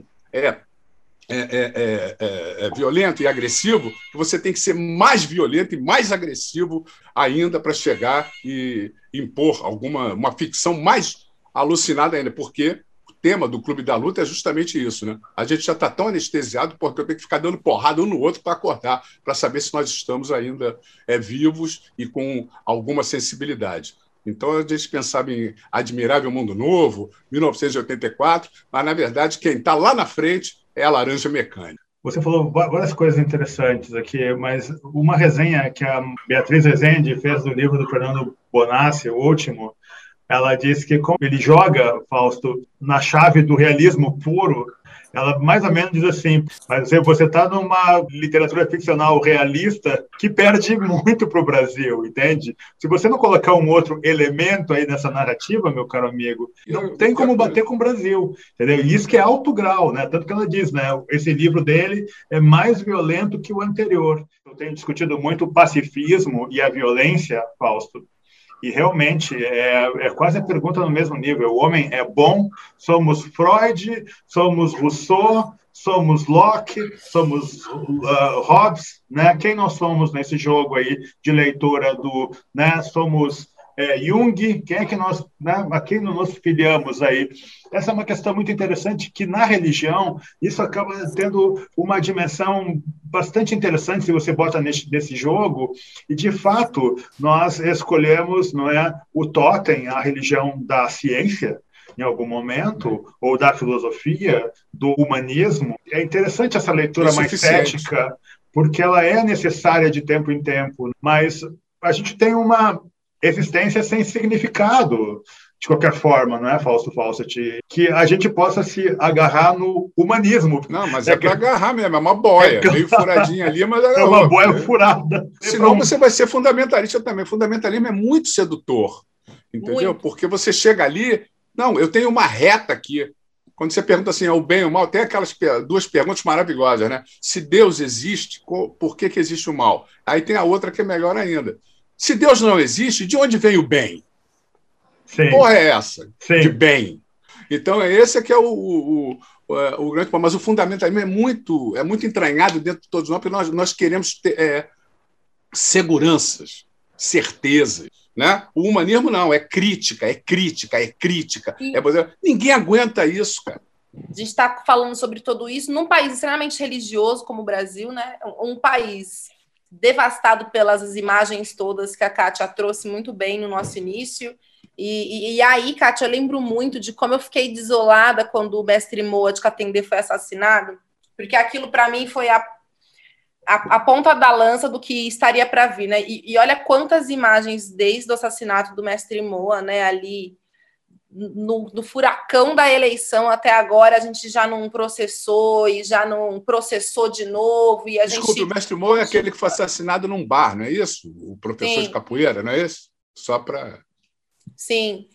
S3: violento e agressivo, que você tem que ser mais violento e mais agressivo ainda para chegar e impor uma ficção mais alucinada ainda, porque o tema do Clube da Luta é justamente isso, né? A gente já está tão anestesiado porque eu tenho que ficar dando porrada um no outro para acordar, para saber se nós estamos ainda vivos e com alguma sensibilidade. Então, a gente pensava em Admirável Mundo Novo, 1984, mas, na verdade, quem está lá na frente é a Laranja Mecânica.
S2: Você falou várias coisas interessantes aqui, mas uma resenha que a Beatriz Rezende fez do livro do Fernando Bonassi, o último, ela disse que como ele joga, Fausto, na chave do realismo puro, ela mais ou menos diz assim, mas você está numa literatura ficcional realista que perde muito para o Brasil, entende? Se você não colocar um outro elemento aí nessa narrativa, meu caro amigo, não tem como bater com o Brasil, entendeu? E isso que é alto grau, né? Tanto que ela diz, né? Esse livro dele é mais violento que o anterior. Eu tenho discutido muito o pacifismo e a violência, Fausto, e realmente é quase a pergunta no mesmo nível. O homem é bom, somos Freud, somos Rousseau, somos Locke, somos Hobbes, né? Quem nós somos nesse jogo aí de leitura né? Somos Jung, quem é que nós, né? A quem nos filiamos aí? Essa é uma questão muito interessante que na religião isso acaba tendo uma dimensão bastante interessante se você bota nesse jogo e de fato nós escolhemos, não é, o totem, a religião da ciência, em algum momento, ou da filosofia, do humanismo. É interessante essa leitura mais cética, porque ela é necessária de tempo em tempo, mas a gente tem uma existência sem significado, de qualquer forma, não é, Fausto Fawcett? Que a gente possa se agarrar no humanismo.
S3: Não, mas é para agarrar mesmo, é uma boia, meio furadinha ali, mas agarrou.
S2: É uma boia furada.
S3: Senão você vai ser fundamentalista também. Fundamentalismo é muito sedutor, entendeu? Muito. Porque você chega ali, não, eu tenho uma reta aqui. Quando você pergunta assim, é o bem ou o mal, tem aquelas duas perguntas maravilhosas, né? Se Deus existe, por que existe o mal? Aí tem a outra que é melhor ainda. Se Deus não existe, de onde vem o bem?
S2: Sim.
S3: Porra é essa?
S2: Sim.
S3: De bem. Então, esse é que é o grande problema. Mas o fundamentalismo é muito entranhado dentro de todos nós, porque nós queremos ter seguranças, certezas. Né? O humanismo não, é crítica. Ninguém aguenta isso, cara.
S4: A gente está falando sobre tudo isso num país extremamente religioso como o Brasil, né? Um país devastado pelas imagens todas que a Kátia trouxe muito bem no nosso início. E aí, Kátia, eu lembro muito de como eu fiquei desolada quando o mestre Moa de Katendê foi assassinado, porque aquilo, para mim, foi a ponta da lança do que estaria para vir, né? E olha quantas imagens desde o assassinato do mestre Moa, né, ali no furacão da eleição até agora, a gente já não processou e já não processou de novo. E
S3: Desculpe, o mestre Moa é aquele que foi assassinado num bar, não é isso? O professor de capoeira, não é isso? Só para...
S4: Sim.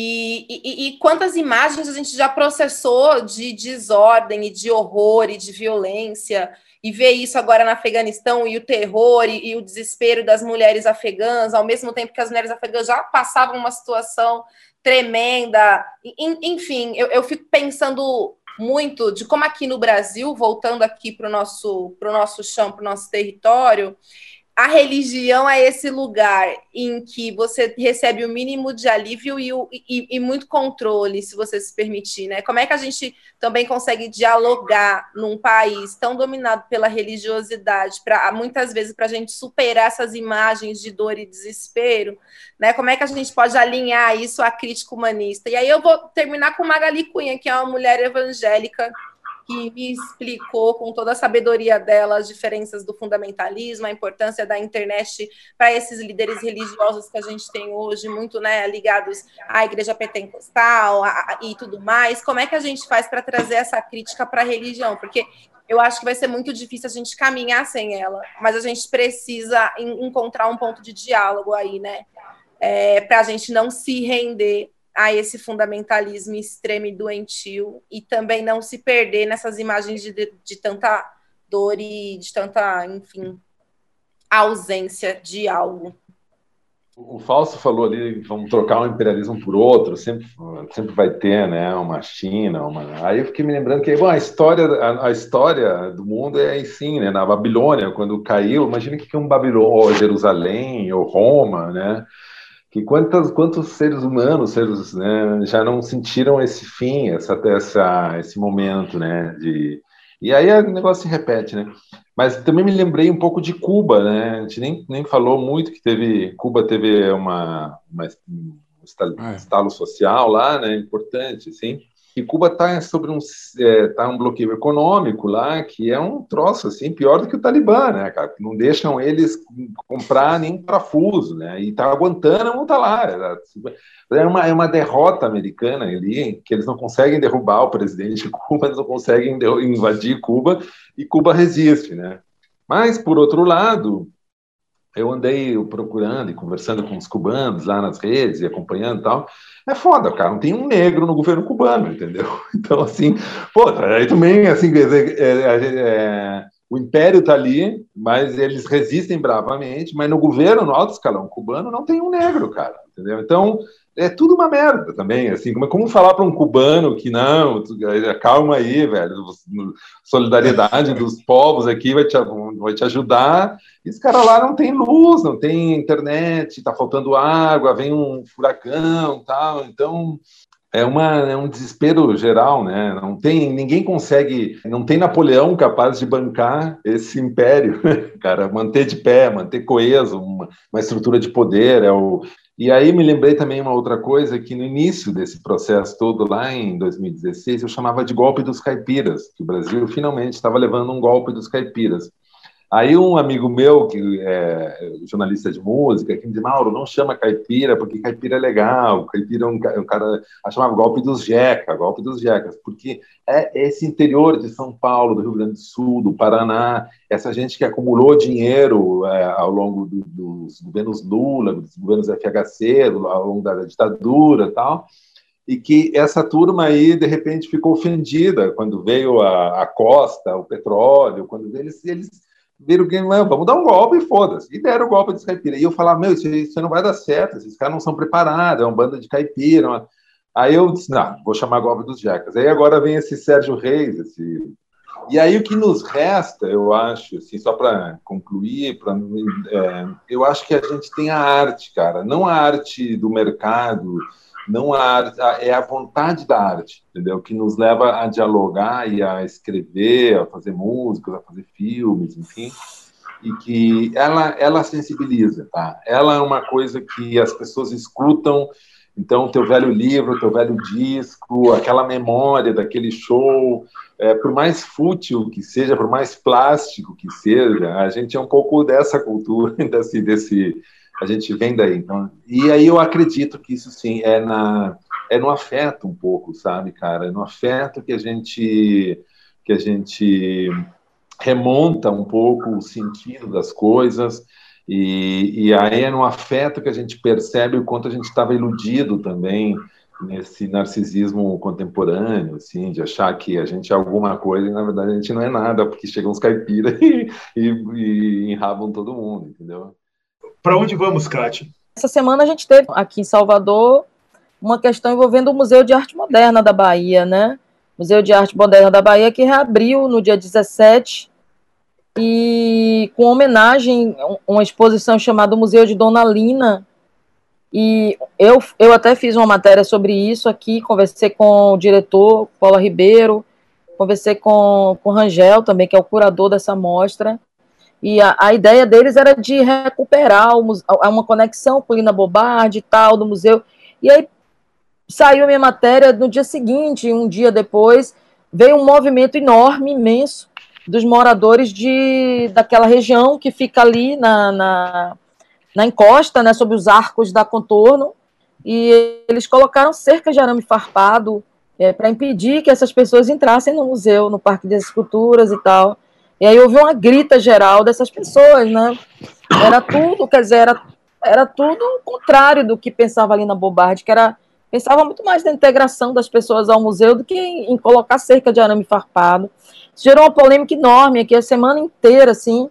S4: E quantas imagens a gente já processou de desordem e de horror e de violência, e ver isso agora no Afeganistão, e o terror e o desespero das mulheres afegãs, ao mesmo tempo que as mulheres afegãs já passavam uma situação tremenda. Enfim, eu fico pensando muito de como aqui no Brasil, voltando aqui para o nosso chão, para o nosso território, a religião é esse lugar em que você recebe o mínimo de alívio e muito controle, se você se permitir, né? Como é que a gente também consegue dialogar num país tão dominado pela religiosidade, muitas vezes para a gente superar essas imagens de dor e desespero, né? Como é que a gente pode alinhar isso à crítica humanista? E aí eu vou terminar com Magali Cunha, que é uma mulher evangélica que me explicou com toda a sabedoria dela as diferenças do fundamentalismo, a importância da internet para esses líderes religiosos que a gente tem hoje, muito, né, ligados à igreja pentecostal e tudo mais. Como é que a gente faz para trazer essa crítica para a religião? Porque eu acho que vai ser muito difícil a gente caminhar sem ela, mas a gente precisa encontrar um ponto de diálogo aí, né, para a gente não se render a esse fundamentalismo extremo e doentio, e também não se perder nessas imagens de tanta dor e de tanta, enfim, ausência de algo.
S5: O Fausto falou ali, vamos trocar um imperialismo por outro, sempre vai ter, né, uma China, Aí eu fiquei me lembrando que, bom, a história do mundo é assim, né, na Babilônia, quando caiu, imagina que é um Babilônia, ou Jerusalém, ou Roma, né, que quantos seres humanos, né, já não sentiram esse fim, esse momento, né, e aí o negócio se repete, né, mas também me lembrei um pouco de Cuba, né, a gente nem falou muito que Cuba teve um estalo social lá, né, importante, assim, e Cuba está sobre um bloqueio econômico lá, que é um troço assim, pior do que o Talibã, né, cara? Que não deixam eles comprar nem parafuso, né? E tá Guantánamo, não tá lá. É uma derrota americana ali, que eles não conseguem derrubar o presidente de Cuba, eles não conseguem invadir Cuba, e Cuba resiste, né? Mas, por outro lado, eu andei procurando e conversando com os cubanos lá nas redes e acompanhando e tal. É foda, cara, não tem um negro no governo cubano, entendeu? Então, assim, pô, aí também, assim, o império tá ali, mas eles resistem bravamente, mas no governo, no alto escalão cubano, não tem um negro, cara, entendeu? Então, é tudo uma merda também, assim, como falar para um cubano que não, calma aí, velho, solidariedade dos povos aqui vai te ajudar. Esse cara lá não tem luz, não tem internet, está faltando água, vem um furacão, tal. Então é um desespero geral, né? Ninguém consegue, não tem Napoleão capaz de bancar esse império, cara, manter de pé, manter coeso, uma estrutura de poder. E aí me lembrei também uma outra coisa, que no início desse processo todo, lá em 2016, eu chamava de golpe dos caipiras, que o Brasil finalmente estava levando um golpe dos caipiras. Aí um amigo meu, que é jornalista de música, que me disse, Mauro, não chama caipira, porque caipira é legal, caipira é um cara... Eu chamava golpe dos jecas, porque é esse interior de São Paulo, do Rio Grande do Sul, do Paraná, essa gente que acumulou dinheiro ao longo dos governos Lula, dos governos FHC, ao longo da ditadura e tal, e que essa turma aí, de repente, ficou ofendida quando veio a Costa, o petróleo, quando veio, eles viram que vamos dar um golpe e foda-se. E deram o golpe dos caipiras. E eu falava, meu, isso não vai dar certo, esses caras não são preparados, é uma banda de caipira. Aí eu disse, não, vou chamar golpe dos jecas. Aí agora vem esse Sérgio Reis, E aí o que nos resta, eu acho, assim, só para concluir, eu acho que a gente tem a arte, cara, não a arte do mercado, não a arte, é a vontade da arte, entendeu? Que nos leva a dialogar e a escrever, a fazer músicas, a fazer filmes, enfim, e que ela sensibiliza, tá? Ela é uma coisa que as pessoas escutam. Então, teu velho livro, teu velho disco, aquela memória daquele show, por mais fútil que seja, por mais plástico que seja, a gente é um pouco dessa cultura, a gente vem daí. Então, e aí eu acredito que isso, sim, é no afeto um pouco, sabe, cara? É no afeto que a gente remonta um pouco o sentido das coisas, e aí é no afeto que a gente percebe o quanto a gente estava iludido também nesse narcisismo contemporâneo, assim, de achar que a gente é alguma coisa e, na verdade, a gente não é nada, porque chegam os caipiras e enrabam todo mundo, entendeu?
S2: Para onde vamos, Kátia?
S1: Essa semana a gente teve aqui em Salvador uma questão envolvendo o Museu de Arte Moderna da Bahia, né? Museu de Arte Moderna da Bahia, que reabriu no dia 17 e com homenagem a uma exposição chamada Museu de Dona Lina. E eu até fiz uma matéria sobre isso aqui, conversei com o diretor, Paula Ribeiro, conversei com o Rangel também, que é o curador dessa mostra, e a ideia deles era de recuperar uma conexão com Lina Bobardi e tal, do museu. E aí saiu a minha matéria no dia seguinte, um dia depois, veio um movimento enorme, imenso, dos moradores daquela região que fica ali na encosta, né, sob os arcos da Contorno, e eles colocaram cerca de arame farpado para impedir que essas pessoas entrassem no museu, no Parque das Esculturas e tal. E aí houve uma grita geral dessas pessoas, né? Era tudo, quer dizer, era tudo o contrário do que pensava Lina Bobardi, pensava muito mais na integração das pessoas ao museu do que em colocar cerca de arame farpado. Isso gerou uma polêmica enorme aqui a semana inteira, assim,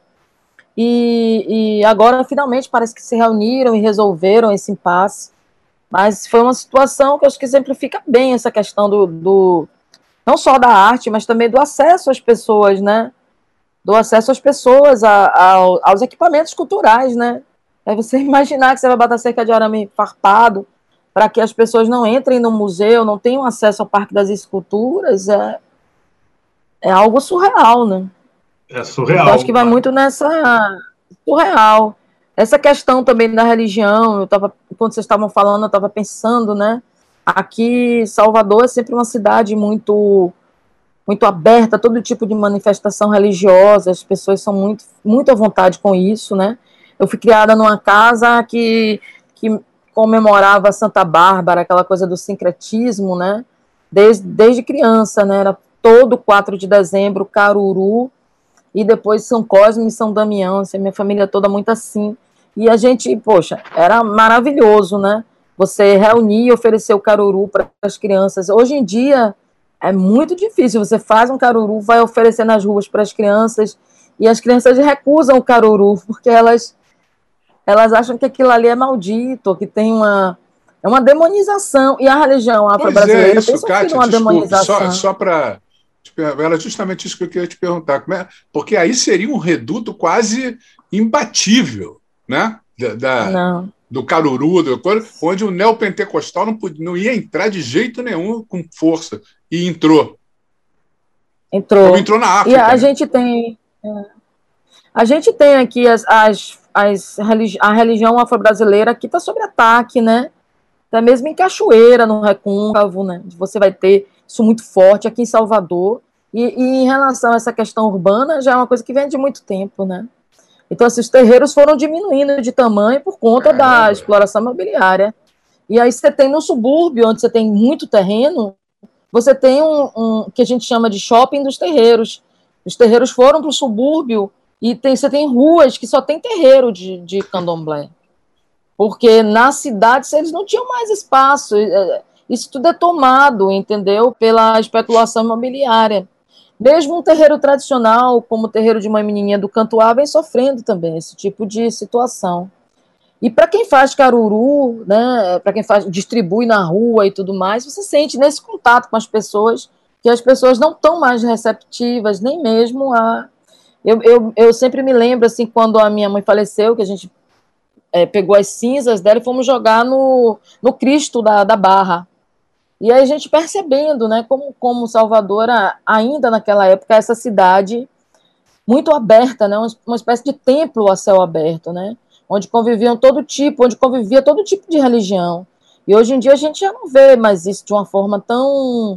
S1: e agora, finalmente, parece que se reuniram e resolveram esse impasse. Mas foi uma situação que eu acho que exemplifica bem essa questão não só da arte, mas também do acesso às pessoas, né? Do acesso às pessoas aos equipamentos culturais, né? É você imaginar que você vai botar cerca de arame farpado para que as pessoas não entrem no museu, não tenham acesso ao Parque das Esculturas, é algo surreal, né?
S2: É surreal.
S1: Eu acho que vai muito nessa surreal. Essa questão também da religião, quando vocês estavam falando, eu estava pensando, né? Aqui, Salvador é sempre uma cidade muito, muito aberta a todo tipo de manifestação religiosa, as pessoas são muito, muito à vontade com isso, né? Eu fui criada numa casa que comemorava Santa Bárbara, aquela coisa do sincretismo, né? Desde criança, né? Era todo 4 de dezembro, Caruru, e depois São Cosme e São Damião, assim, minha família toda muito assim, e a gente, poxa, era maravilhoso, né, você reunir e oferecer o caruru para as crianças. Hoje em dia é muito difícil, você faz um caruru, vai oferecer nas ruas para as crianças, e as crianças recusam o caruru, porque elas acham que aquilo ali é maldito, que tem uma demonização, e a religião afro-brasileira tem sofrido uma demonização.
S3: Só para... Era justamente isso que eu queria te perguntar. Porque aí seria um reduto quase imbatível, né? Do caruru, onde o neopentecostal não ia entrar de jeito nenhum com força. E entrou.
S1: Entrou
S3: na África.
S1: E a gente tem aqui a religião afro-brasileira aqui está sob ataque, né? Até mesmo em Cachoeira, no Recôncavo, né? Você vai ter isso muito forte aqui em Salvador. E em relação a essa questão urbana, já é uma coisa que vem de muito tempo, né? Então, assim, os terreiros foram diminuindo de tamanho por conta da exploração imobiliária. E aí você tem no subúrbio, onde você tem muito terreno, você tem um que a gente chama de shopping dos terreiros. Os terreiros foram para o subúrbio e você tem ruas que só tem terreiro de candomblé. Porque na cidade eles não tinham mais espaço. Isso tudo é tomado, entendeu? Pela especulação imobiliária. Mesmo um terreiro tradicional, como o terreiro de Mãe Menininha do Cantuá, vem sofrendo também esse tipo de situação. E para quem faz caruru, né, para quem distribui na rua e tudo mais, você sente nesse contato com as pessoas que as pessoas não estão mais receptivas, nem mesmo a... Eu sempre me lembro, assim, quando a minha mãe faleceu, que a gente pegou as cinzas dela e fomos jogar no Cristo da Barra. E aí a gente percebendo, né, como Salvador, ainda naquela época, essa cidade muito aberta, né, uma espécie de templo a céu aberto, né, onde convivia todo tipo de religião. E hoje em dia a gente já não vê mais isso de uma forma tão,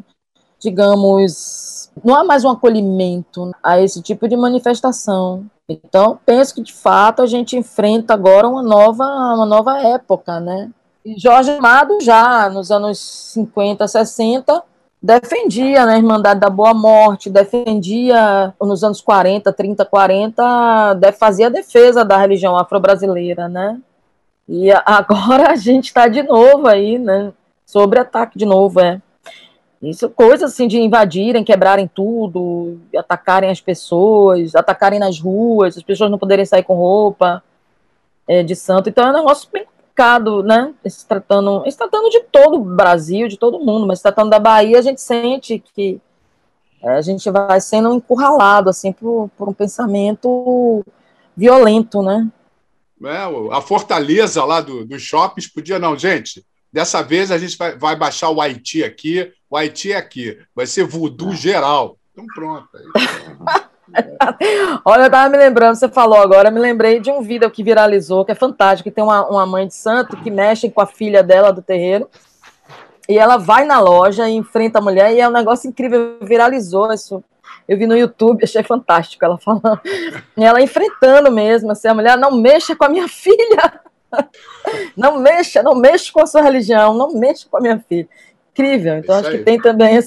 S1: digamos, não há mais um acolhimento a esse tipo de manifestação. Então, penso que, de fato, a gente enfrenta agora uma nova época, né? E Jorge Amado, já nos anos 50, 60, defendia, né, a Irmandade da Boa Morte, defendia, nos anos 40, 30, 40, fazia a defesa da religião afro-brasileira, né? E agora a gente está de novo aí, né, sobre ataque de novo, Isso, coisa assim de invadirem, quebrarem tudo, atacarem as pessoas, atacarem nas ruas, as pessoas não poderem sair com roupa de santo. Então é um negócio bem complicado, né? Se tratando de todo o Brasil, de todo mundo, mas se tratando da Bahia, a gente sente que a gente vai sendo encurralado assim, por um pensamento violento, né?
S3: A fortaleza lá dos shoppings podia, não, gente. Dessa vez a gente vai baixar o Haiti aqui, o Haiti é aqui, vai ser voodoo geral. Então pronto.
S1: Olha, eu estava me lembrando, você falou agora, me lembrei de um vídeo que viralizou, que é fantástico, que tem uma mãe de santo que mexe com a filha dela do terreiro, e ela vai na loja e enfrenta a mulher, e é um negócio incrível, viralizou isso. Eu vi no YouTube, achei fantástico ela falando. E ela enfrentando mesmo, assim, a mulher, não mexa com a minha filha. Não mexa com a sua religião, não mexa com a minha filha. Incrível. Então, acho que tem também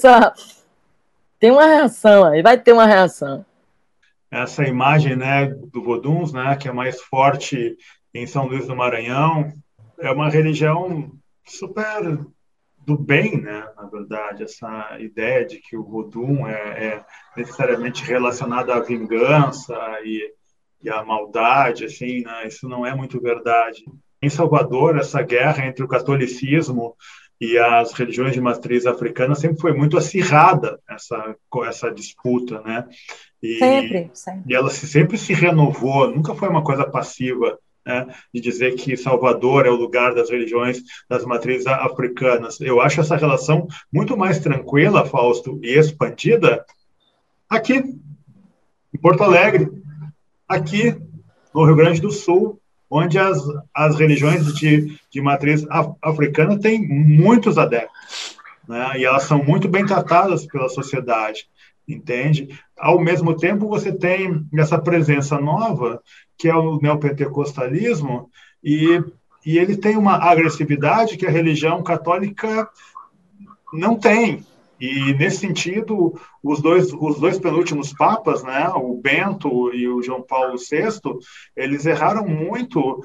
S1: tem uma reação aí, vai ter uma reação.
S2: Essa imagem, né, do Voduns, né, que é mais forte em São Luís do Maranhão, é uma religião super do bem, né, na verdade, essa ideia de que o Vodum é necessariamente relacionado à vingança e à maldade, assim, né, isso não é muito verdade. Em Salvador, essa guerra entre o catolicismo e as religiões de matriz africana sempre foi muito acirrada, essa disputa, né?
S1: Sempre.
S2: E ela sempre se renovou, nunca foi uma coisa passiva, né, de dizer que Salvador é o lugar das religiões das matrizes africanas. Eu acho essa relação muito mais tranquila, Fausto, e expandida aqui, em Porto Alegre, aqui no Rio Grande do Sul, onde as religiões de matriz africana têm muitos adeptos, né, e elas são muito bem tratadas pela sociedade, entende? Ao mesmo tempo, você tem essa presença nova, que é o neopentecostalismo, e ele tem uma agressividade que a religião católica não tem. E, nesse sentido, os dois penúltimos papas, né, o Bento e o João Paulo VI, eles erraram muito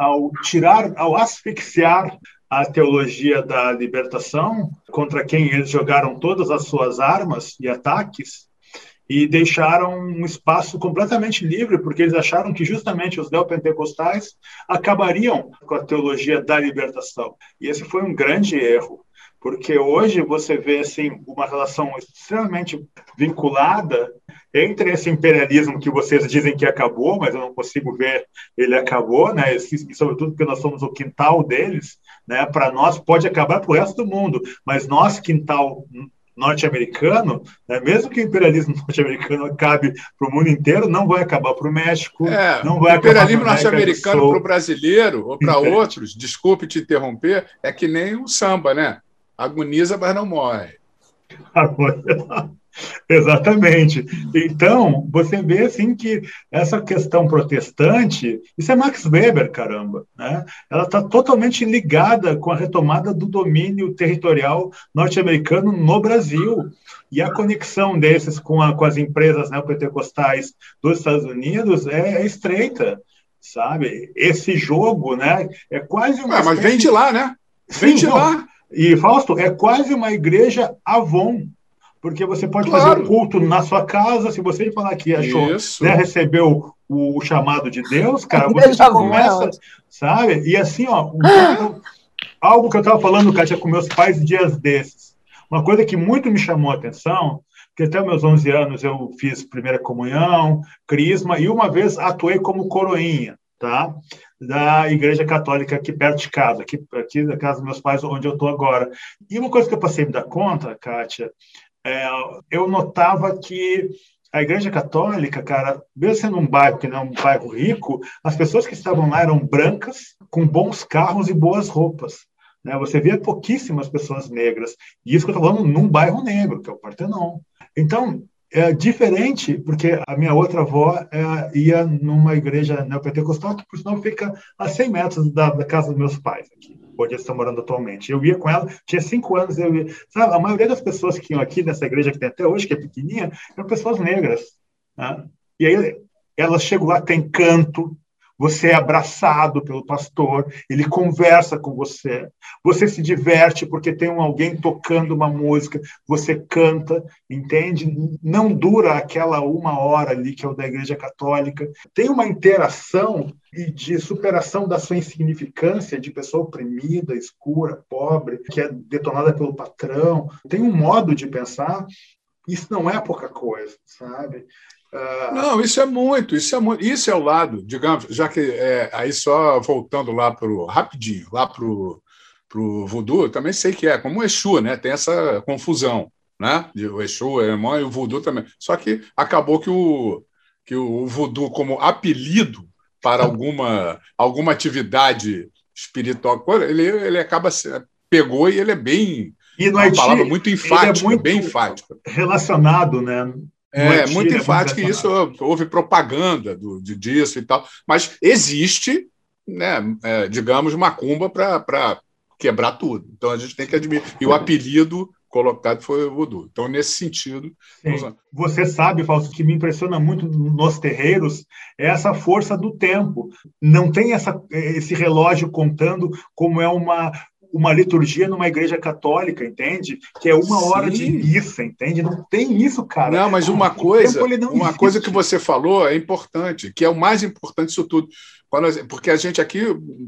S2: ao asfixiar a teologia da libertação, contra quem eles jogaram todas as suas armas e ataques, e deixaram um espaço completamente livre, porque eles acharam que justamente os neopentecostais acabariam com a teologia da libertação. E esse foi um grande erro, porque hoje você vê assim, uma relação extremamente vinculada entre esse imperialismo que vocês dizem que acabou, mas eu não consigo ver ele acabou, né? E sobretudo porque nós somos o quintal deles, né? Para nós pode acabar para o resto do mundo, mas nós, quintal norte-americano, né, mesmo que o imperialismo norte-americano acabe para o mundo inteiro, não vai acabar para o México, não vai
S3: o imperialismo
S2: acabar
S3: norte-americano para o brasileiro ou para outros, desculpe te interromper, é que nem o samba, né? Agoniza, mas não morre.
S2: Exatamente. Então, você vê assim que essa questão protestante, isso é Max Weber, caramba, né? Ela está totalmente ligada com a retomada do domínio territorial norte-americano no Brasil. E a conexão desses com as empresas neopentecostais dos Estados Unidos é estreita, sabe? Esse jogo, né, é quase uma
S3: mas vem de lá, né? Vem de lá.
S2: E, Fausto, é quase uma igreja Avon, porque você pode fazer o culto na sua casa, se você falar que achou, né, recebeu o chamado de Deus, cara, você já começa, sabe? E assim, ó, algo que eu estava falando, Kátia, com meus pais dias desses, uma coisa que muito me chamou a atenção, que até meus 11 anos eu fiz primeira comunhão, crisma, e uma vez atuei como coroinha, tá? Da Igreja Católica aqui perto de casa, aqui da casa dos meus pais, onde eu estou agora. E uma coisa que eu passei a me dar conta, Kátia, eu notava que a Igreja Católica, cara, mesmo sendo um bairro que não é um bairro rico, as pessoas que estavam lá eram brancas, com bons carros e boas roupas. Né? Você via pouquíssimas pessoas negras. E isso que eu estou falando num bairro negro, que é o Partenon. Então, é diferente, porque a minha outra avó ia numa igreja neopentecostal, que por sinal fica a 100 metros da casa dos meus pais, aqui, onde eles estão morando atualmente. Eu ia com ela, tinha 5 anos, sabe, a maioria das pessoas que iam aqui nessa igreja que tem até hoje, que é pequenininha, eram pessoas negras. Né? E aí elas chegam lá, tem canto, você é abraçado pelo pastor, ele conversa com você, você se diverte porque tem alguém tocando uma música, você canta, entende? Não dura aquela 1 hora ali que é o da Igreja Católica. Tem uma interação e de superação da sua insignificância, de pessoa oprimida, escura, pobre, que é detonada pelo patrão. Tem um modo de pensar, isso não é pouca coisa, sabe?
S3: Não, isso é muito. Isso é o lado, digamos, já que aí só voltando lá rapidinho, lá para o voodoo, eu também sei que é como o Exu, né? Tem essa confusão, né? O Exu é irmão e o voodoo também. Só que acabou que o voodoo, como apelido para alguma atividade espiritual, ele acaba pegou e ele é bem.
S2: E no Haiti,
S3: uma palavra muito enfática, bem enfática.
S2: Relacionado, né?
S3: Muito enfático, e isso houve propaganda disso e tal, mas existe, né, digamos, macumba para quebrar tudo. Então a gente tem que admitir. E o apelido colocado foi o voodoo. Então, nesse sentido.
S2: Você sabe, Fausto, que me impressiona muito nos terreiros é essa força do tempo. Não tem esse relógio contando como é uma liturgia numa igreja católica, entende? Que é 1 hora de missa, entende? Não tem isso, cara.
S3: Não, mas uma coisa que você falou é importante, que é o mais importante disso tudo. Porque a gente aqui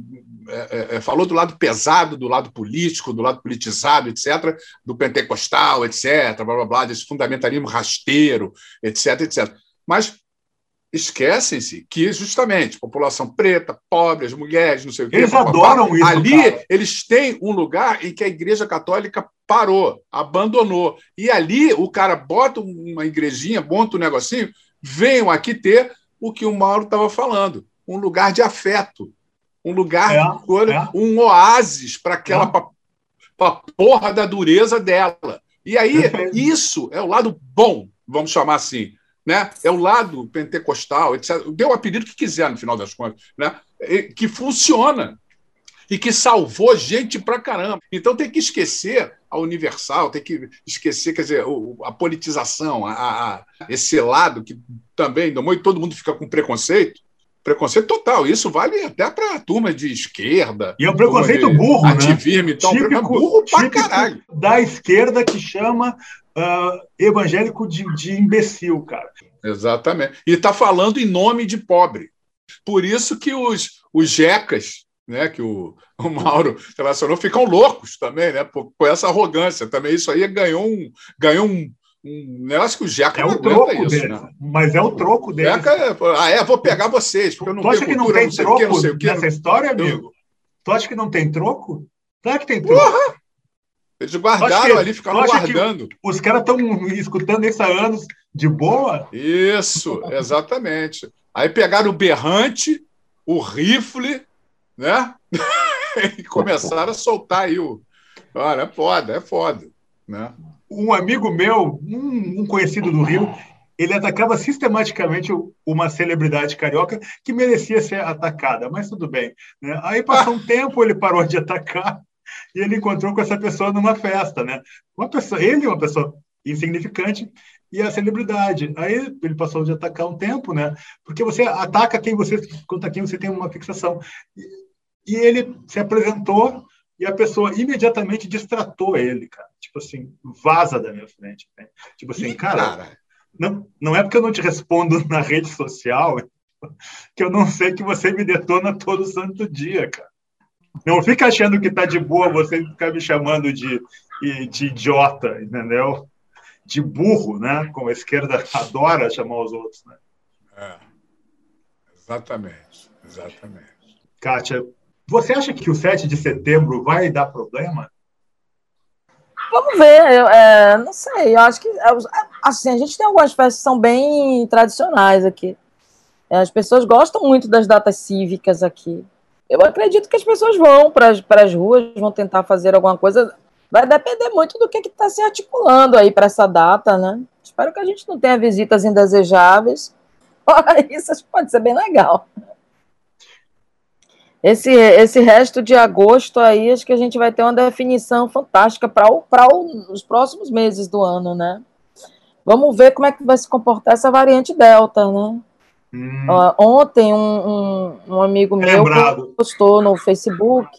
S3: falou do lado pesado, do lado político, do lado politizado, etc., do pentecostal, etc., blá, blá, blá, desse fundamentalismo rasteiro, etc., etc. Mas esquecem-se que, justamente, população preta, pobre, as mulheres, não sei o quê...
S2: Eles adoram isso,
S3: ali,
S2: cara.
S3: Eles têm um lugar em que a Igreja Católica parou, abandonou. E ali o cara bota uma igrejinha, monta um negocinho, venham aqui ter o que o Mauro estava falando, um lugar de afeto, um lugar, um oásis para aquela pra porra da dureza dela. E aí, isso é o lado bom, vamos chamar assim, né? É o lado pentecostal, etc. Deu o apelido que quiser, no final das contas, né? Que funciona e que salvou gente pra caramba. Então tem que esquecer a Universal, tem que esquecer, quer dizer, a politização, esse lado que também, todo mundo fica com preconceito total. Isso vale até para a turma de esquerda.
S2: E é um preconceito burro,
S3: ativismo,
S2: né?
S3: Então, burro pra caralho.
S2: Da esquerda que chama evangélico de imbecil, cara.
S3: Exatamente. E está falando em nome de pobre. Por isso que os jecas, né, que o Mauro relacionou, ficam loucos também, né, por essa arrogância. Também isso aí ganhou um negócio que o jeca não aguenta isso,
S2: deles, né? Mas é o troco dele.
S3: Vou pegar vocês, porque eu não tenho
S2: cultura, não sei o que, não sei o que. Nessa história, amigo? Tu acha que não tem troco? Claro que tem troco.
S3: Eles guardaram ali, ficaram guardando.
S2: Os caras estão escutando isso há anos de boa?
S3: Isso, exatamente. Aí pegaram o berrante, o rifle, né? E começaram a soltar aí o... Olha, é foda. Né?
S2: Um amigo meu, um conhecido do Rio, ele atacava sistematicamente uma celebridade carioca que merecia ser atacada, mas tudo bem. Né? Aí passou um tempo, ele parou de atacar e ele encontrou com essa pessoa numa festa. Né? Ele é uma pessoa insignificante e a celebridade. Aí ele passou de atacar um tempo, né? Porque você ataca contra quem você tem uma fixação. E ele se apresentou e a pessoa imediatamente distratou ele, cara. Tipo assim, vaza da minha frente. Né? Tipo assim, cara, não é porque eu não te respondo na rede social que eu não sei que você me detona todo santo dia, cara. Não fica achando que tá de boa você ficar me chamando de idiota, entendeu? De burro, né? Como a esquerda adora chamar os outros, né?
S3: Exatamente.
S2: Kátia, você acha que o 7 de setembro vai dar problema?
S1: Vamos ver, não sei, eu acho que assim, a gente tem algumas festas que são bem tradicionais aqui. As pessoas gostam muito das datas cívicas aqui. Eu acredito que as pessoas vão para as ruas, vão tentar fazer alguma coisa. Vai depender muito do que está se articulando aí para essa data, né? Espero que a gente não tenha visitas indesejáveis. Fora isso, acho que pode ser bem legal. Esse resto de agosto aí, acho que a gente vai ter uma definição fantástica para os próximos meses do ano, né? Vamos ver como é que vai se comportar essa variante Delta, né? Ontem, um amigo meu postou no Facebook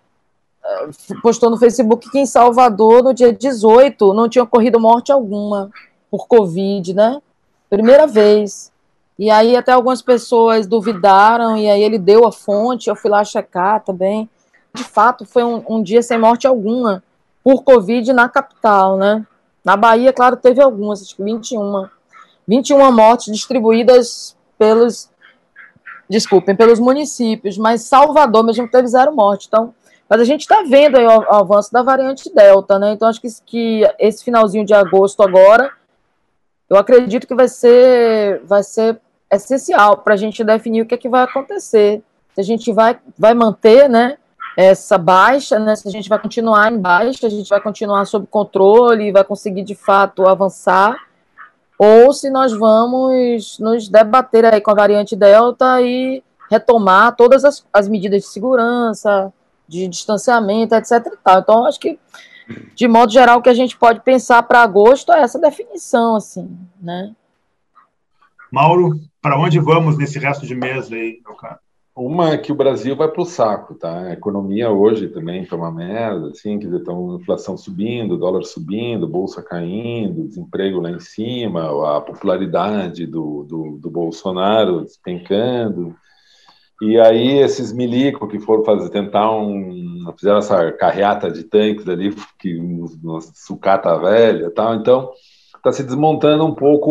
S1: que em Salvador, no dia 18, não tinha ocorrido morte alguma por Covid, né? Primeira vez. E aí até algumas pessoas duvidaram, e aí ele deu a fonte, eu fui lá checar também. De fato, foi um dia sem morte alguma por Covid na capital, né? Na Bahia, claro, teve algumas, acho que 21 mortes distribuídas pelos municípios, mas Salvador mesmo teve 0 morte. Então, mas a gente está vendo aí o avanço da variante Delta, né? Então, acho que esse finalzinho de agosto agora, eu acredito que vai ser essencial para a gente definir o que é que vai acontecer. Se a gente vai manter, né, essa baixa, né, se a gente vai continuar em baixa, a gente vai continuar sob controle e vai conseguir, de fato, avançar, ou se nós vamos nos debater aí com a variante Delta e retomar todas as medidas de segurança, de distanciamento, etc. e tal. Então, acho que, de modo geral, o que a gente pode pensar para agosto é essa definição, assim, né?
S2: Mauro, para onde vamos nesse resto de mês aí, meu cara?
S5: Uma é que o Brasil vai para o saco, tá? A economia hoje também foi uma merda, assim, quer dizer, então, inflação subindo, dólar subindo, bolsa caindo, desemprego lá em cima, a popularidade do Bolsonaro despencando. E aí esses milico que foram fizeram essa carreata de tanques ali, que uma sucata velha e tal, então está se desmontando um pouco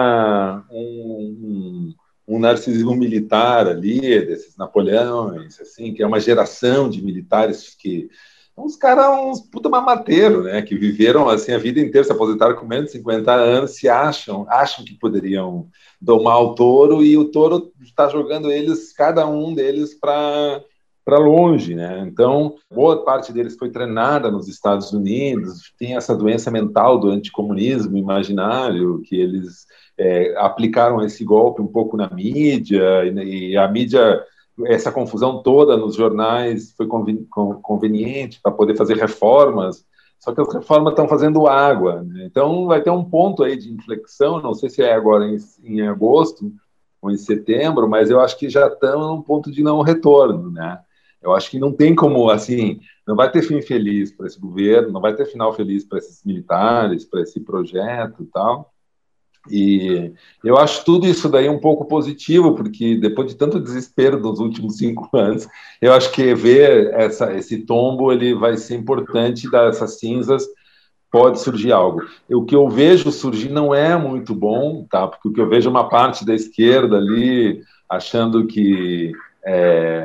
S5: um narcisismo militar ali, desses Napoleões, assim, que é uma geração de militares que uns caras, uns puta mamateiro, né, que viveram assim a vida inteira, se aposentaram com menos de 50 anos, acham que poderiam domar o touro, e o touro está jogando cada um deles para longe, né? Então, boa parte deles foi treinada nos Estados Unidos, tem essa doença mental do anticomunismo imaginário, que eles aplicaram esse golpe um pouco na mídia, e a mídia, essa confusão toda nos jornais foi conveniente para poder fazer reformas, só que as reformas estão fazendo água, né? Então vai ter um ponto aí de inflexão, não sei se é agora em agosto ou em setembro, mas eu acho que já estamos num ponto de não retorno, né? Eu acho que não tem como, assim, não vai ter fim feliz para esse governo, não vai ter final feliz para esses militares, para esse projeto e tal. E eu acho tudo isso daí um pouco positivo, porque depois de tanto desespero dos últimos 5 anos, eu acho que ver esse tombo ele vai ser importante, dessas cinzas pode surgir algo. O que eu vejo surgir não é muito bom, tá? Porque o que eu vejo é uma parte da esquerda ali achando que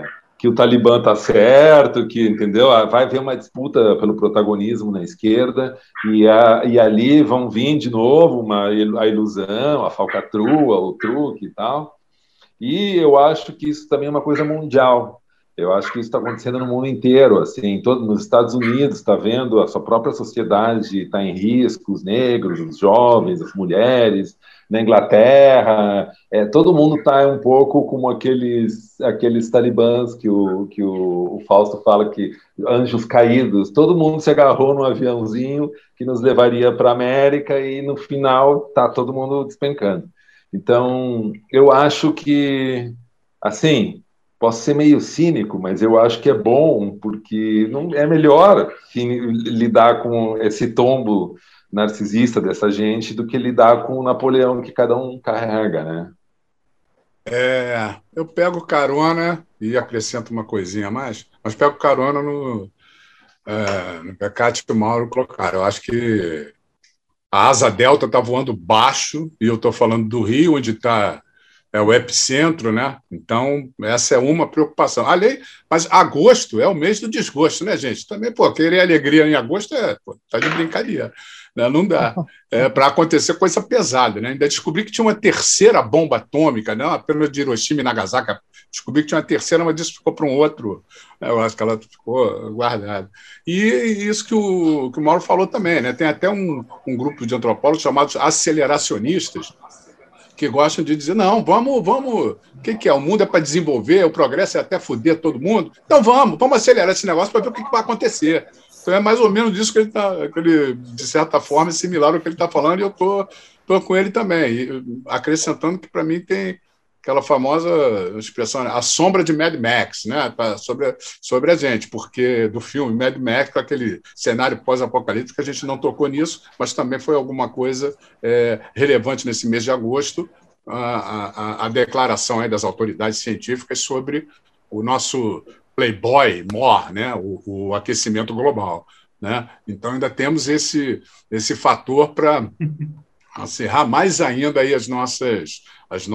S5: que o Talibã está certo, que, entendeu? Vai haver uma disputa pelo protagonismo na esquerda, e ali vão vir de novo a ilusão, a falcatrua, o truque e tal. E eu acho que isso também é uma coisa mundial. Eu acho que isso está acontecendo no mundo inteiro, assim, nos Estados Unidos está vendo a sua própria sociedade está em risco, os negros, os jovens, as mulheres. Na Inglaterra, todo mundo está um pouco como aqueles talibãs que o Fausto fala, que anjos caídos. Todo mundo se agarrou num aviãozinho que nos levaria para a América e no final está todo mundo despencando. Então, eu acho que, assim, posso ser meio cínico, mas eu acho que é bom, porque não é melhor lidar com esse tombo narcisista dessa gente do que lidar com o Napoleão que cada um carrega, né?
S3: Eu pego carona e acrescento uma coisinha a mais, mas pego carona no que a Cátia e o Mauro colocaram. Eu acho que a asa delta está voando baixo, e eu estou falando do Rio, onde está o epicentro, né? Então, essa é uma preocupação. Mas agosto é o mês do desgosto, né, gente? Também, querer alegria em agosto tá de brincadeira. Né? Não dá. Para acontecer coisa pesada, né? Ainda descobri que tinha uma terceira bomba atômica, não apenas de Hiroshima e Nagasaki. Descobri que tinha uma terceira, mas isso ficou para um outro. Eu acho que ela ficou guardada. E isso que o Mauro falou também, né? Tem até um grupo de antropólogos chamados aceleracionistas, que gostam de dizer, não, vamos, o que é? O mundo é para desenvolver, o progresso é até foder todo mundo. Então vamos acelerar esse negócio para ver o que vai acontecer. Então é mais ou menos disso que ele de certa forma, é similar ao que ele está falando, e eu estou com ele também. E, acrescentando que, para mim, tem aquela famosa expressão, né? A sombra de Mad Max, né? sobre a gente, porque do filme Mad Max, com aquele cenário pós-apocalíptico, a gente não tocou nisso, mas também foi alguma coisa relevante nesse mês de agosto, a declaração aí das autoridades científicas sobre o nosso Playboy More, né? o aquecimento global. Né? Então, ainda temos esse fator para acerrar mais ainda aí as nossas,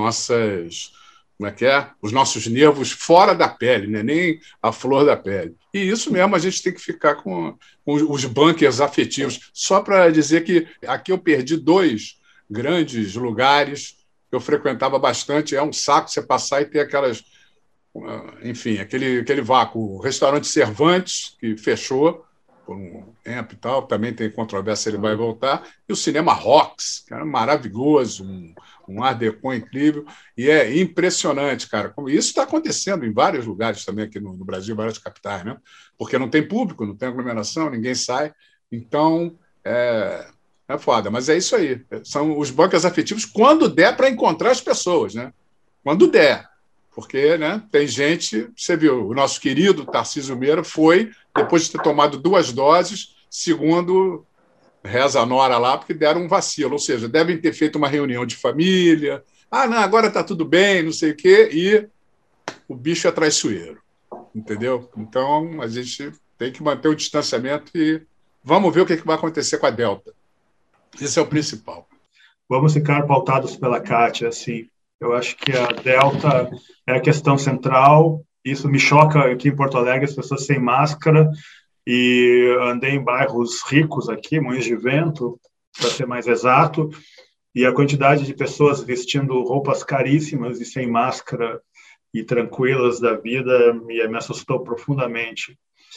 S3: como é que é? Os nossos nervos fora da pele, né? Nem a flor da pele. E isso mesmo, a gente tem que ficar com os bunkers afetivos. Só para dizer que aqui eu perdi 2 grandes lugares que eu frequentava bastante. É um saco você passar e ter aquelas... Enfim, aquele vácuo. O restaurante Cervantes, que fechou por um tempo e tal, também tem controvérsia se ele vai voltar, e o cinema Rox, que era maravilhoso, um art déco incrível, e é impressionante, cara, como isso está acontecendo em vários lugares também aqui no Brasil, várias capitais, né? Porque não tem público, não tem aglomeração, ninguém sai, então é foda, mas é isso aí, são os bunkers afetivos quando der para encontrar as pessoas, né? Quando der. Porque, né, tem gente, você viu, o nosso querido Tarcísio Meira foi, depois de ter tomado 2 doses, segundo reza a nora lá, porque deram um vacilo, ou seja, devem ter feito uma reunião de família, não, agora está tudo bem, não sei o quê, e o bicho é traiçoeiro, entendeu? Então, a gente tem que manter o distanciamento e vamos ver o que vai acontecer com a Delta. Isso é o principal.
S2: Vamos ficar pautados pela Kátia, assim. Eu acho que a Delta é a questão central. Isso me choca aqui em Porto Alegre, as pessoas sem máscara. E andei em bairros ricos aqui, Moinhos de Vento, para ser mais exato, e a quantidade de pessoas vestindo roupas caríssimas e sem máscara e tranquilas da vida me assustou profundamente.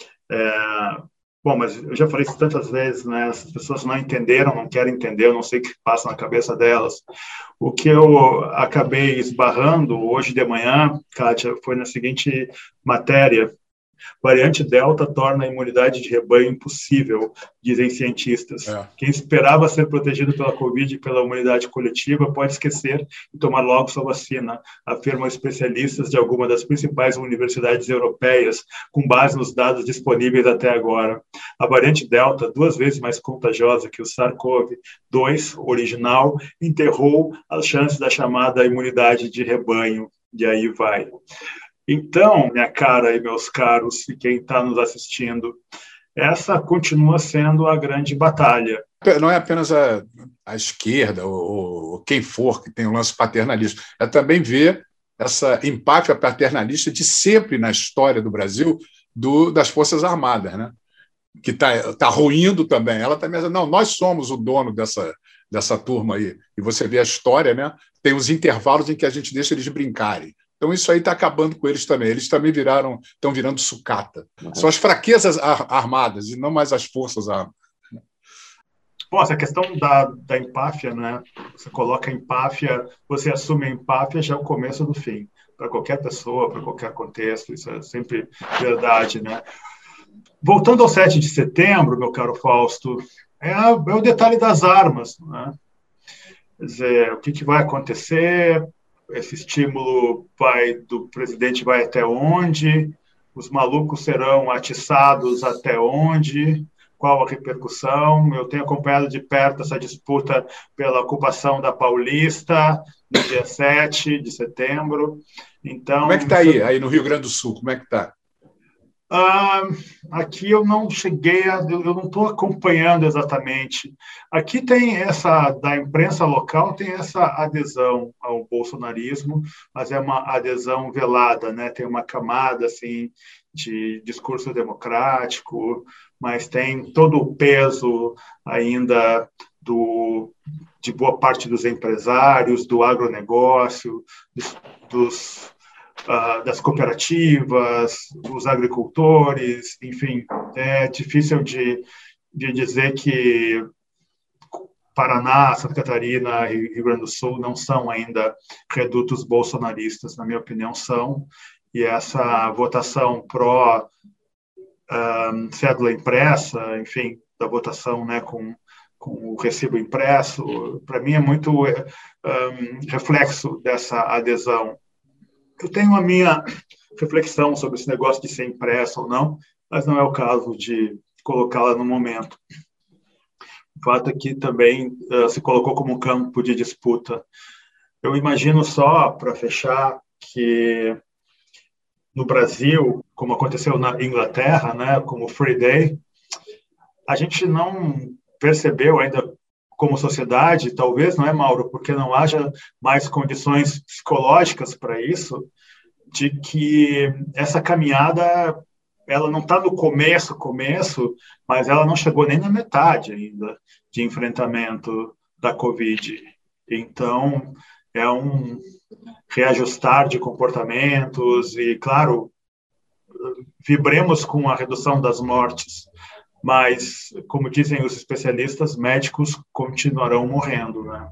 S2: Bom, mas eu já falei isso tantas vezes, né? As pessoas não entenderam, não querem entender, eu não sei o que passa na cabeça delas. O que eu acabei esbarrando hoje de manhã, Kátia, foi na seguinte matéria: variante Delta torna a imunidade de rebanho impossível, dizem cientistas. Quem esperava ser protegido pela Covid e pela imunidade coletiva pode esquecer e tomar logo sua vacina, afirmam especialistas de algumas das principais universidades europeias, com base nos dados disponíveis até agora. A variante Delta, 2 vezes mais contagiosa que o SARS-CoV-2 original, enterrou as chances da chamada imunidade de rebanho. E aí vai. Então, minha cara e meus caros, e quem está nos assistindo, essa continua sendo a grande batalha.
S3: Não é apenas a esquerda ou quem for que tem o lance paternalista, é também ver essa empáfia paternalista de sempre na história do Brasil das Forças Armadas, né? Que tá ruindo também. Ela também diz, não, nós somos o dono dessa turma aí. E você vê a história, né? Tem os intervalos em que a gente deixa eles brincarem. Então, isso aí está acabando com eles também. Eles também estão virando sucata. São as fraquezas armadas e não mais as forças armadas.
S2: Bom, essa questão da empáfia, né? Você coloca a empáfia, você assume a empáfia, já é o começo do fim. Para qualquer pessoa, para qualquer contexto, isso é sempre verdade, né? Voltando ao 7 de setembro, meu caro Fausto, é o detalhe das armas, né? Quer dizer, o que vai acontecer? Esse estímulo do presidente vai até onde? Os malucos serão atiçados até onde? Qual a repercussão? Eu tenho acompanhado de perto essa disputa pela ocupação da Paulista no dia 7 de setembro. Então,
S3: como é que está aí no Rio Grande do Sul? Como é que está?
S2: Aqui eu não eu não estou acompanhando exatamente. Aqui tem da imprensa local, tem essa adesão ao bolsonarismo, mas é uma adesão velada, né? Tem uma camada assim de discurso democrático, mas tem todo o peso ainda de boa parte dos empresários, do agronegócio, das cooperativas, dos agricultores, enfim, é difícil de dizer que Paraná, Santa Catarina e Rio Grande do Sul não são ainda redutos bolsonaristas, na minha opinião são, e essa votação pró cédula impressa, enfim, da votação, né, com o recibo impresso, para mim é muito reflexo dessa adesão. Eu tenho a minha reflexão sobre esse negócio de ser impresso ou não, mas não é o caso de colocá-la no momento. O fato é que também se colocou como um campo de disputa. Eu imagino só, para fechar, que no Brasil, como aconteceu na Inglaterra, né, como Free Day, a gente não percebeu ainda como sociedade, talvez, não é, Mauro, porque não haja mais condições psicológicas para isso, de que essa caminhada, ela não está no começo, mas ela não chegou nem na metade ainda de enfrentamento da Covid. Então, é um reajustar de comportamentos e, claro, vibremos com a redução das mortes, mas, como dizem os especialistas, médicos continuarão morrendo, né?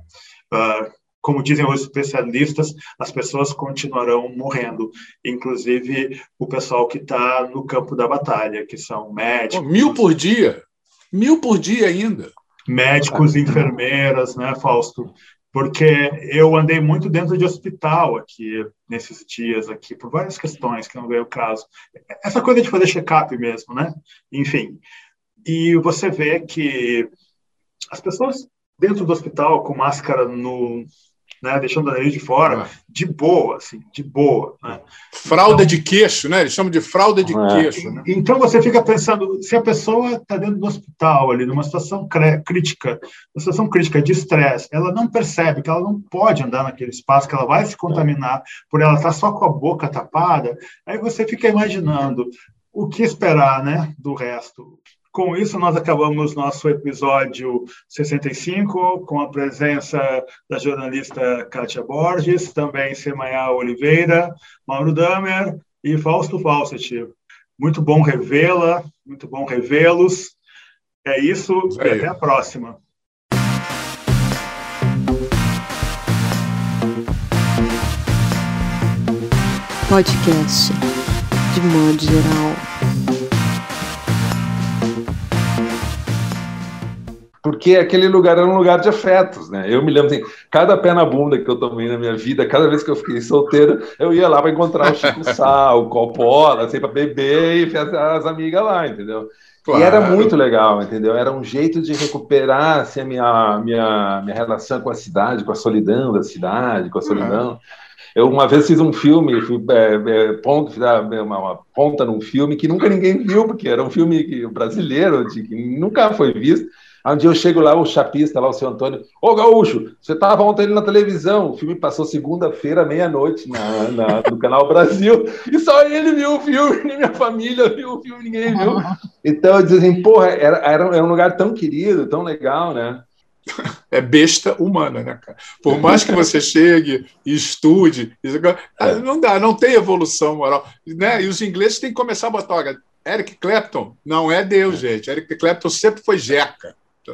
S2: Como dizem os especialistas, as pessoas continuarão morrendo, inclusive o pessoal que está no campo da batalha, que são médicos...
S3: 1.000 por dia! 1.000 por dia ainda!
S2: Médicos, enfermeiras, né, Fausto? Porque eu andei muito dentro de hospital aqui, nesses dias aqui, por várias questões que não veio o caso. Essa coisa de fazer check-up mesmo, né? Enfim... E você vê que as pessoas dentro do hospital com máscara né, deixando o nariz de fora, de boa, assim, de boa. Né?
S3: Fralda de queixo, né? Eles chamam de fralda de queixo. Né?
S2: Então você fica pensando, se a pessoa está dentro do hospital, ali, numa situação crítica, uma situação crítica de estresse, ela não percebe que ela não pode andar naquele espaço, que ela vai se contaminar por ela estar só com a boca tapada, aí você fica imaginando o que esperar, né, do resto. Com isso, nós acabamos nosso episódio 65, com a presença da jornalista Kátia Borges, também Semaia Oliveira, Mauro Damer e Fausto Fawcett. Muito bom revê-la, muito bom revê-los. É isso, e até a próxima.
S6: Podcast, de modo geral.
S5: Porque aquele lugar era um lugar de afetos, né? Eu me lembro, assim, cada pé na bunda que eu tomei na minha vida, cada vez que eu fiquei solteiro, eu ia lá para encontrar o Chico Sá, o Coppola, assim, para beber e fazer as amigas lá, entendeu? Claro. E era muito legal, entendeu? Era um jeito de recuperar assim, a minha relação com a cidade, com a solidão da cidade, com a solidão. Eu uma vez fiz um filme, fiz uma ponta num filme que nunca ninguém viu, porque era um filme brasileiro, que nunca foi visto. Aí um dia eu chego lá, o chapista lá, o seu Antônio, ô Gaúcho, você estava ontem ali na televisão, o filme passou segunda-feira, meia-noite, no Canal Brasil, e só ele viu o filme, nem minha família viu o filme, ninguém viu. Então eu dizia assim, porra, era um lugar tão querido, tão legal, né?
S3: É besta humana, né, cara? Por mais que você chegue e estude, não dá, não tem evolução moral. Né? E os ingleses têm que começar a botar, olha, Eric Clapton não é Deus, gente. Eric Clapton sempre foi jeca. Então,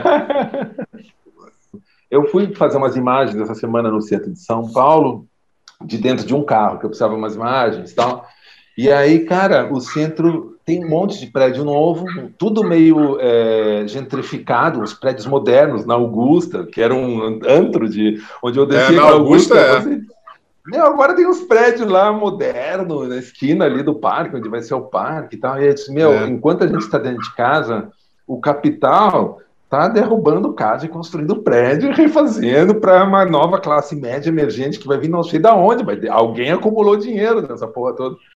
S5: Eu fui fazer umas imagens essa semana no centro de São Paulo, de dentro de um carro, que eu precisava de umas imagens e tal. E aí, cara, o centro tem um monte de prédio novo, tudo meio gentrificado, os prédios modernos, na Augusta, que era um antro onde eu descia
S3: na Augusta.
S5: Assim, agora tem uns prédios lá modernos, na esquina ali do parque, onde vai ser o parque e tal. E eu disse, enquanto a gente está dentro de casa, o capital está derrubando casa e construindo prédio e refazendo para uma nova classe média emergente que vai vir não sei de onde. Alguém acumulou dinheiro nessa porra toda.